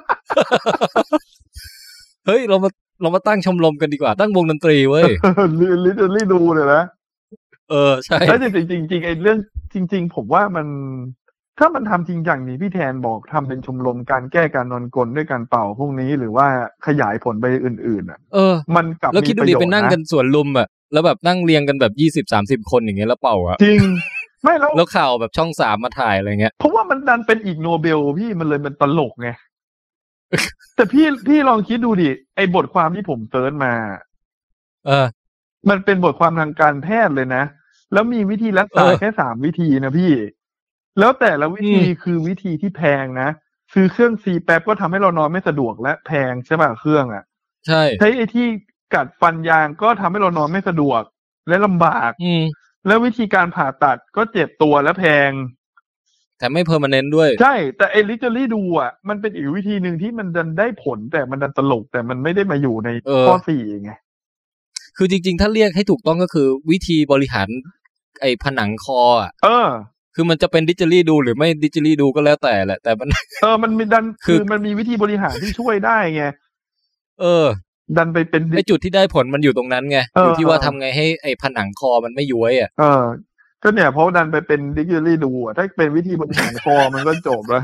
เฮ้ยเรามาเรามาตั้งชมรมกันดีกว่าตั้งวงดนตรีเว้ยลิเทอรี่ดูเลยนะเออใช่แล้วจริงจริงจริงไอ้เรื่องจริงๆผมว่ามันถ้ามันทำจริงอย่างนี้พี่แทนบอกทำเป็นชมรมการแก้การนอนกลด้วยการเป่าพวกนี้หรือว่าขยายผลไปอื่นๆอ่ะเออมันกลับแล้วคิดดูดิไปนั่งกันสวนลุมอ่ะแล้วแบบนั่งเรียงกันแบบยี่สิบสามสิบคนอย่างเงี้ยแล้วเป่าอ่ะจริงไม่แล้วแล้วข่าวแบบช่องสามมาถ่ายอะไรเงี้ยเพราะว่ามันดันเป็นอีกโนเบลพี่มันเลยมันตลกไงแต่พี่พี่ลองคิดดูดิไอ้บทความที่ผมเซิร์ชมาเออมันเป็นบทความทางการแพทย์เลยนะแล้วมีวิธีรักษาแค่สามวิธีนะพี่แล้วแต่ละวิธีคือวิธีที่แพงนะซื้อเครื่องซีแป๊บก็ทำให้เรานอนไม่สะดวกและแพงใช่ป่ะเครื่องอ่ะใช่ใช้ไอ้ที่กัดฟันยางก็ทำให้เรานอนไม่สะดวกและลำบากแล้ววิธีการผ่าตัดก็เจ็บตัวและแพงแต่ไม่เพอร์มาเนนต์ด้วยใช่แต่ไอ้ลิเทอรี่ดูอ่ะมันเป็นอีกวิธีหนึ่งที่มันดันได้ผลแต่มันดันตลกแต่มันไม่ได้มาอยู่ในข้อสี่ไงคือจริงๆถ้าเรียกให้ถูกต้องก็คือวิธีบริหารไอ้ผนังคออ่ะเออคือมันจะเป็นดิจิลี่ดูหรือไม่ดิจิลี่ดูก็แล้วแต่แหละแต่มันเออมันมีดันคือมันมีวิธีบริหารที่ช่วยได้ไงเออดันไปเป็นไอ้จุดที่ได้ผลมันอยู่ตรงนั้นไงอยู่ที่ว่าทำไงให้ไอ้ผนังคอมันไม่ย้วยอ่ะเออก็เนี่ยเพราะดันไปเป็นดิจิลี่ดูอ่ะถ้าเป็นวิธีบริหารคอมันก็จบแล้ว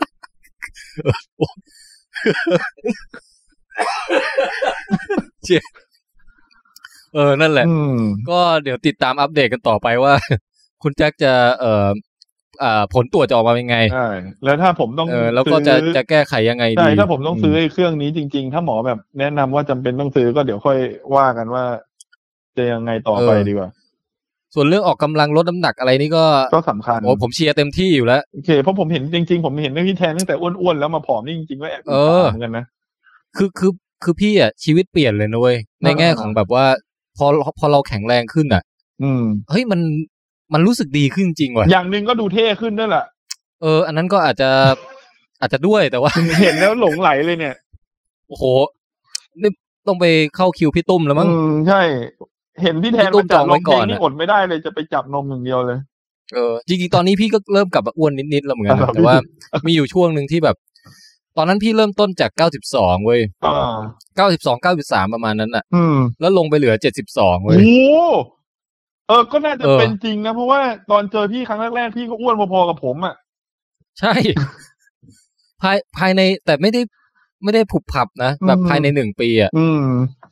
เออนั่นแหละก็เดี๋ยวติดตามอัปเดตกันต่อไปว่าคุณแจ็คจะเอ่ออ่าผลตรวจจะออกมาเป็นไงใช่แล้วถ้าผมต้องเออแล้วก็จะจะแก้ไขยังไงดีใช่ถ้าผมต้องซื้อไอ้เครื่องนี้จริงๆถ้าหมอแบบแนะนำว่าจำเป็นต้องซื้อก็เดี๋ยวค่อยว่ากันว่าจะยังไงต่อไปดีกว่าส่วนเรื่องออกกำลังลดน้ำหนักอะไรนี่ก็ก็สำคัญโอ้ผมเชียร์เต็มที่อยู่แล้วโอเคเพราะผมเห็นจริงๆผมเห็นพี่แทนตั้งแต่อ้วนๆแล้วมาผอมนี่จริงๆก็แอบอิจฉาเหมือนกันนะคือคือคือพี่อ่ะชีวิตเปลี่ยนเลยนะเว้ยในแง่ของแบบว่าพอพอเราแข็งแรงขึ้นอ่ะอืมเฮ้ยมันมันรู้สึกดีขึ้นจริงว่ะอย่างนึงก็ดูเท่ขึ้นด้วยล่ะเอออันนั้นก็อาจจะอาจจะด้วยแต่ว่าเห็นแล้วหลงไหลเลยเนี่ยโอ้โหนี่ต้องไปเข้าคิวพี่ตุ้มแล้วมั้งอืมใช่เห็นพี่แทนตุ้มจองไว้ก่อนนี่อดไม่ได้เลยจะไปจับนมอย่างเดียวเลยเออจริงๆตอนนี้พี่ก็เริ่มกลับมาอ้วนนิดๆแล้วเหมือนกันแต่ว่ามีอยู่ช่วงนึงที่แบบตอนนั้นพี่เริ่มต้นจากเก้าสิบสองเว้ยอ่าเก้าสิบสอง เก้าสิบสามประมาณนั้นน่ะอืมแล้วลงไปเหลือเจ็ดสิบสองเว้ยโอ้เออก็น่าจะเป็นจริงนะเพราะว่าตอนเจอพี่ครั้งแรกๆพี่ก็อ้วนพอๆกับผมอ่ะใช่ภายภายในแต่ไม่ได้ไม่ได้ผุบผับนะแบบภายในหนึ่งปีอ่ะอืม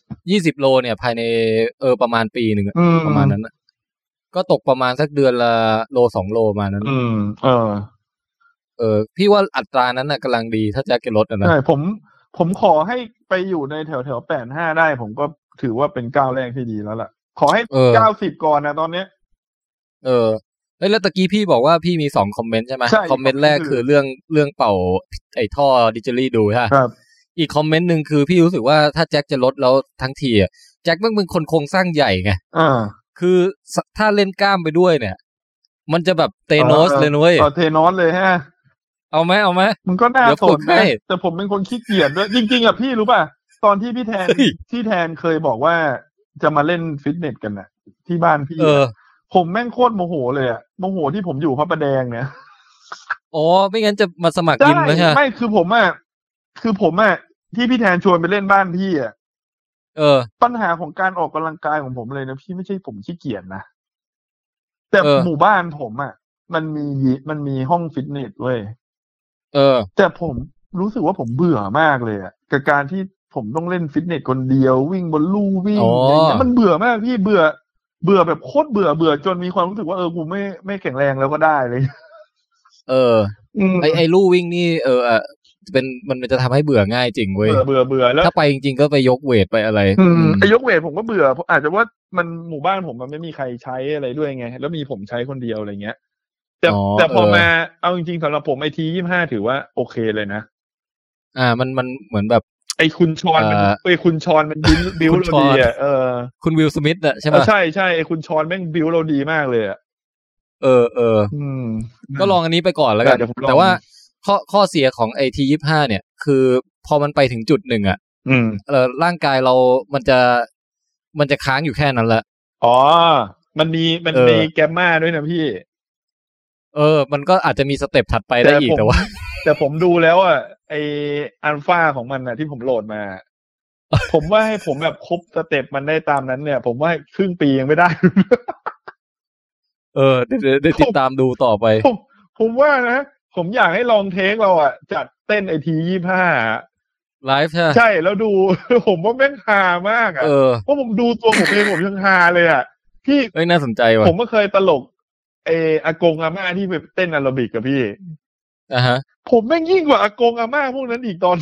ยี่สิบโลเนี่ยภายในเออประมาณปีหนึ่งประมาณนั้นนะก็ตกประมาณสักเดือนละโลสองโลประมาณนั้นอืมเออเออพี่ว่าอัตรานั้นน่ะกำลังดีถ้าแจ็คเก็ตรถนะใช่ผมผมขอให้ไปอยู่ในแถวแถวแปดห้าได้ผมก็ถือว่าเป็นก้าวแรกที่ดีแล้วล่ะขอให้เก้าสิบก่อนนะตอนเนี้ยเออแล้วตะกี้พี่บอกว่าพี่มีสองคอมเมนต์ใช่ไหมคอมเมนต์แรกคือเรื่องเรื่องเป่าไอ้ท่อดิจิลี่ดูใช่ครับอีกคอมเมนต์นึงคือพี่รู้สึกว่าถ้าแจ็คจะลดแล้วทั้งทีอ่ะแจ็คมันเป็นคนโครงสร้างใหญ่ไงอ่าคือถ้าเล่นกล้ามไปด้วยเนี่ยมันจะแบบเตโนสเลยนุ้ยเทโนสเลยฮะเอาไหมเอาไหมมันก็น่าสนนะแต่ผมเป็นคนขี้เกียจด้วยจริงๆอ่ะพี่รู้ป่ะตอนที่พี่แทนที่แทนเคยบอกว่าจะมาเล่นฟิตเนสกันน่ะที่บ้านพี่ผมแม่งโคตรโมโหเลยอ่ะโมโหที่ผมอยู่พระประแดงเนี่ยอ๋อไม่งั้นจะมาสมัครยิมแล้วใช่ไม่คือผมอ่ะคือผมอ่ะที่พี่แทนชวนไปเล่นบ้านพี่อ่ะเออปัญหาของการออกกำลังกายของผมเลยนะพี่ไม่ใช่ผมขี้เกียจนะแต่หมู่บ้านผมอ่ะมันมีมันมีห้องฟิตเนสเว้ยเออแต่ผมรู้สึกว่าผมเบื่อมากเลยอ่ะกับการที่ผมต้องเล่นฟิตเนสคนเดียววิ่งบนลู่วิ่งอะไรเงี้ยมันเบื่อมากพี่เบื่อเบื่อแบบโคตรเบื่อเบื่อจนมีความรู้สึกว่าเออกูไม่ไม่แข็งแรงแล้วก็ได้เลยเออไอไอลู่วิ่งนี่เอออ่ะเป็นมันจะทำให้เบื่อง่ายจริงเว้ยเบื่อเบื่อแล้วถ้าไปจริงๆก็ไปยกเวทไปอะไรไอยกเวทผมก็เบื่ออาจจะว่ามันหมู่บ้านผมมันไม่มีใครใช้อะไรด้วยไงแล้วมีผมใช้คนเดียวอะไรเงี้ยแต่แต่พอมาเอาจริงๆสำหรับผมไอทียี่สิบห้าถือว่าโอเคเลยนะอ่ามันมันเหมือนแบบไอคุณชอนมันไอคุณชอนมันบิวบิวเราดีอ่ะเออคุณวิลสมิธอ่ะใช่ไหมใช่ใช่ไอคุณชอนแม่งบิวเราดีมากเลยอ่ะเออเออก็ลองอันนี้ไปก่อนแล้วกันแต่ว่าข้อข้อเสียของไอทียี่สิบห้าเนี่ยคือพอมันไปถึงจุดหนึ่งอ่ะเออร่างกายเรามันจะมันจะค้างอยู่แค่นั้นแหละอ๋อมันมีมันมีแกมมาด้วยนะพี่เออมันก็อาจจะมีสเต็ปถัดไปได้อีกแต่ว่าแต่ผมดูแล้วอ่ะไออัลฟาของมันน่ะที่ผมโหลดมาผมว่าให้ผมแบบครบสเต็ปมันได้ตามนั้นเนี่ยผมว่าครึ่งปียังไม่ได้เออได้ติดตามดูต่อไปผมผมว่านะผมอยากให้ลองเทคเราอ่ะจัดเต้นไอทียี่ห้าไลฟ์ใช่ใช่แล้วดูผมว่าแม่งฮามากอ่ะเพราะผมดูตัวผมเองผมยังฮาเลยอ่ะพี่เอ้ยน่าสนใจว่ะผมก็เคยตลกเอออากงอาม่าที่ไปเต้นแอโรบิกกับพี่อ่าฮะผมแม่งยิ่งกว่าอากงอาม่าพวกนั้นอีกตอน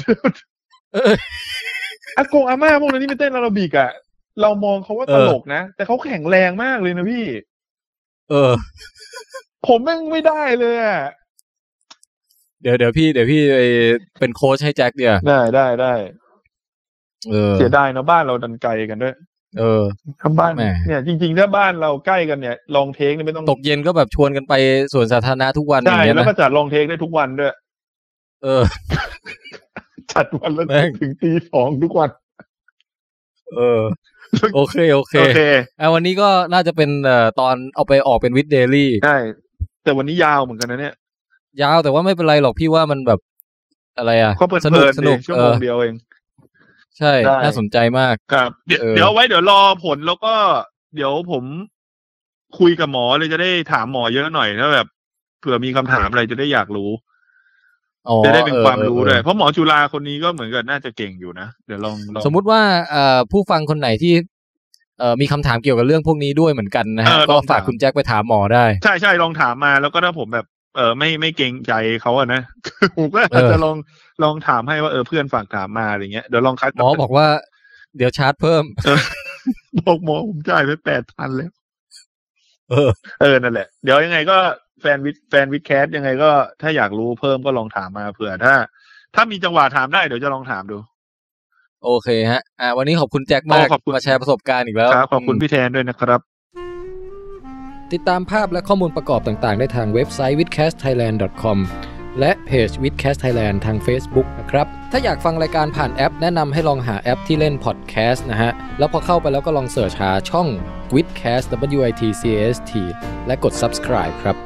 อากงอาม่าพวกนั้นที่ไปเต้นแอโรบิกอ่ะเรามองเขาว่าตลกนะแต่เขาแข็งแรงมากเลยนะพี่เออผมแม่งไม่ได้เลยอ่ะเดี๋ยวเดี๋ยวพี่เดี๋ยวพี่ไปเป็นโค้ชให้แจ็คเดียวได้ได้ได้เออเสียดายนะบ้านเราดันไกลกันด้วยเออถ้าบ้านเนี่ยจริงๆถ้าบ้านเราใกล้กันเนี่ยลองเทคนี่ไม่ต้องตกเย็นก็แบบชวนกันไปสวนสาธารณะทุกวันอย่างเงี้ยนะแล้วก็จัดลองเทคได้ทุกวันด้วยเออจัดวันละถึงตีสองทุกวันเออโอเคโอเคโอเคอ่ะวันนี้ก็น่าจะเป็นเอ่อตอนเอาไปออกเป็นวิดเดลี่ใช่แต่วันนี้ยาวเหมือนกันนะเนี่ยยาวแต่ว่าไม่เป็นไรหรอกพี่ว่ามันแบบอะไรอ่ะสนุกสนุกชั่วโมงเดียวเองใช่น่าสนใจมากครับเดี๋ยวเดี๋ยวไว้เดี๋ยวรอผลแล้วก็เดี๋ยวผมคุยกับหมอเลยจะได้ถามหมอเยอะหน่อยถ้าแบบเผื่อมีคำถามอะไรจะได้อยากรู้จะได้เป็นความรู้ด้วยเพราะหมอจุฬาคนนี้ก็เหมือนกันน่าจะเก่งอยู่นะเดี๋ยวลองสมมุติว่าเอ่อผู้ฟังคนไหนที่เอ่อมีคำถามเกี่ยวกับเรื่องพวกนี้ด้วยเหมือนกันนะฮะก็ฝากคุณแจ็คไปถามหมอได้ใช่ใช่ลองถามมาแล้วก็ถ้าผมแบบเออไม่ไม่เกรงใจเขาอะนะผมก็อาจจะลองลองถามให้ว่าเออเพื่อนฝากถามมาอะไรเงี้ยเดี๋ยวลองคัดหมอบอกว่าเดี๋ยวชาร์จเพิ่มบอกหมอผมจ่ายไปแปดพันแล้วเออเออนั่นแหละเดี๋ยวยังไงก็แฟนวิดแฟนวิดแคสยังไงก็ถ้าอยากรู้เพิ่มก็ลองถามมาเผื่อถ้าถ้ามีจังหวะถามได้เดี๋ยวจะลองถามดูโอเคฮะอ่าวันนี้ขอบคุณแจ็คมากมาแชร์ประสบการณ์อีกแล้วครับขอบคุณพี่แทนด้วยนะครับติดตามภาพและข้อมูลประกอบต่างๆได้ทางเว็บไซต์ วิดแคสไทยแลนด์ ดอท คอม และเพจ วิดแคสไทยแลนด์ ทาง Facebook นะครับถ้าอยากฟังรายการผ่านแอปแนะนำให้ลองหาแอปที่เล่นพอดแคสต์นะฮะแล้วพอเข้าไปแล้วก็ลองเสิร์ชหาช่อง Vidcast ดับเบิลยู ไอ ที ซี เอ เอส ที และกด Subscribe ครับ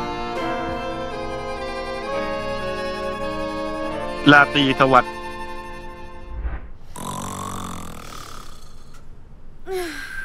ลาตรีสวัสดิ์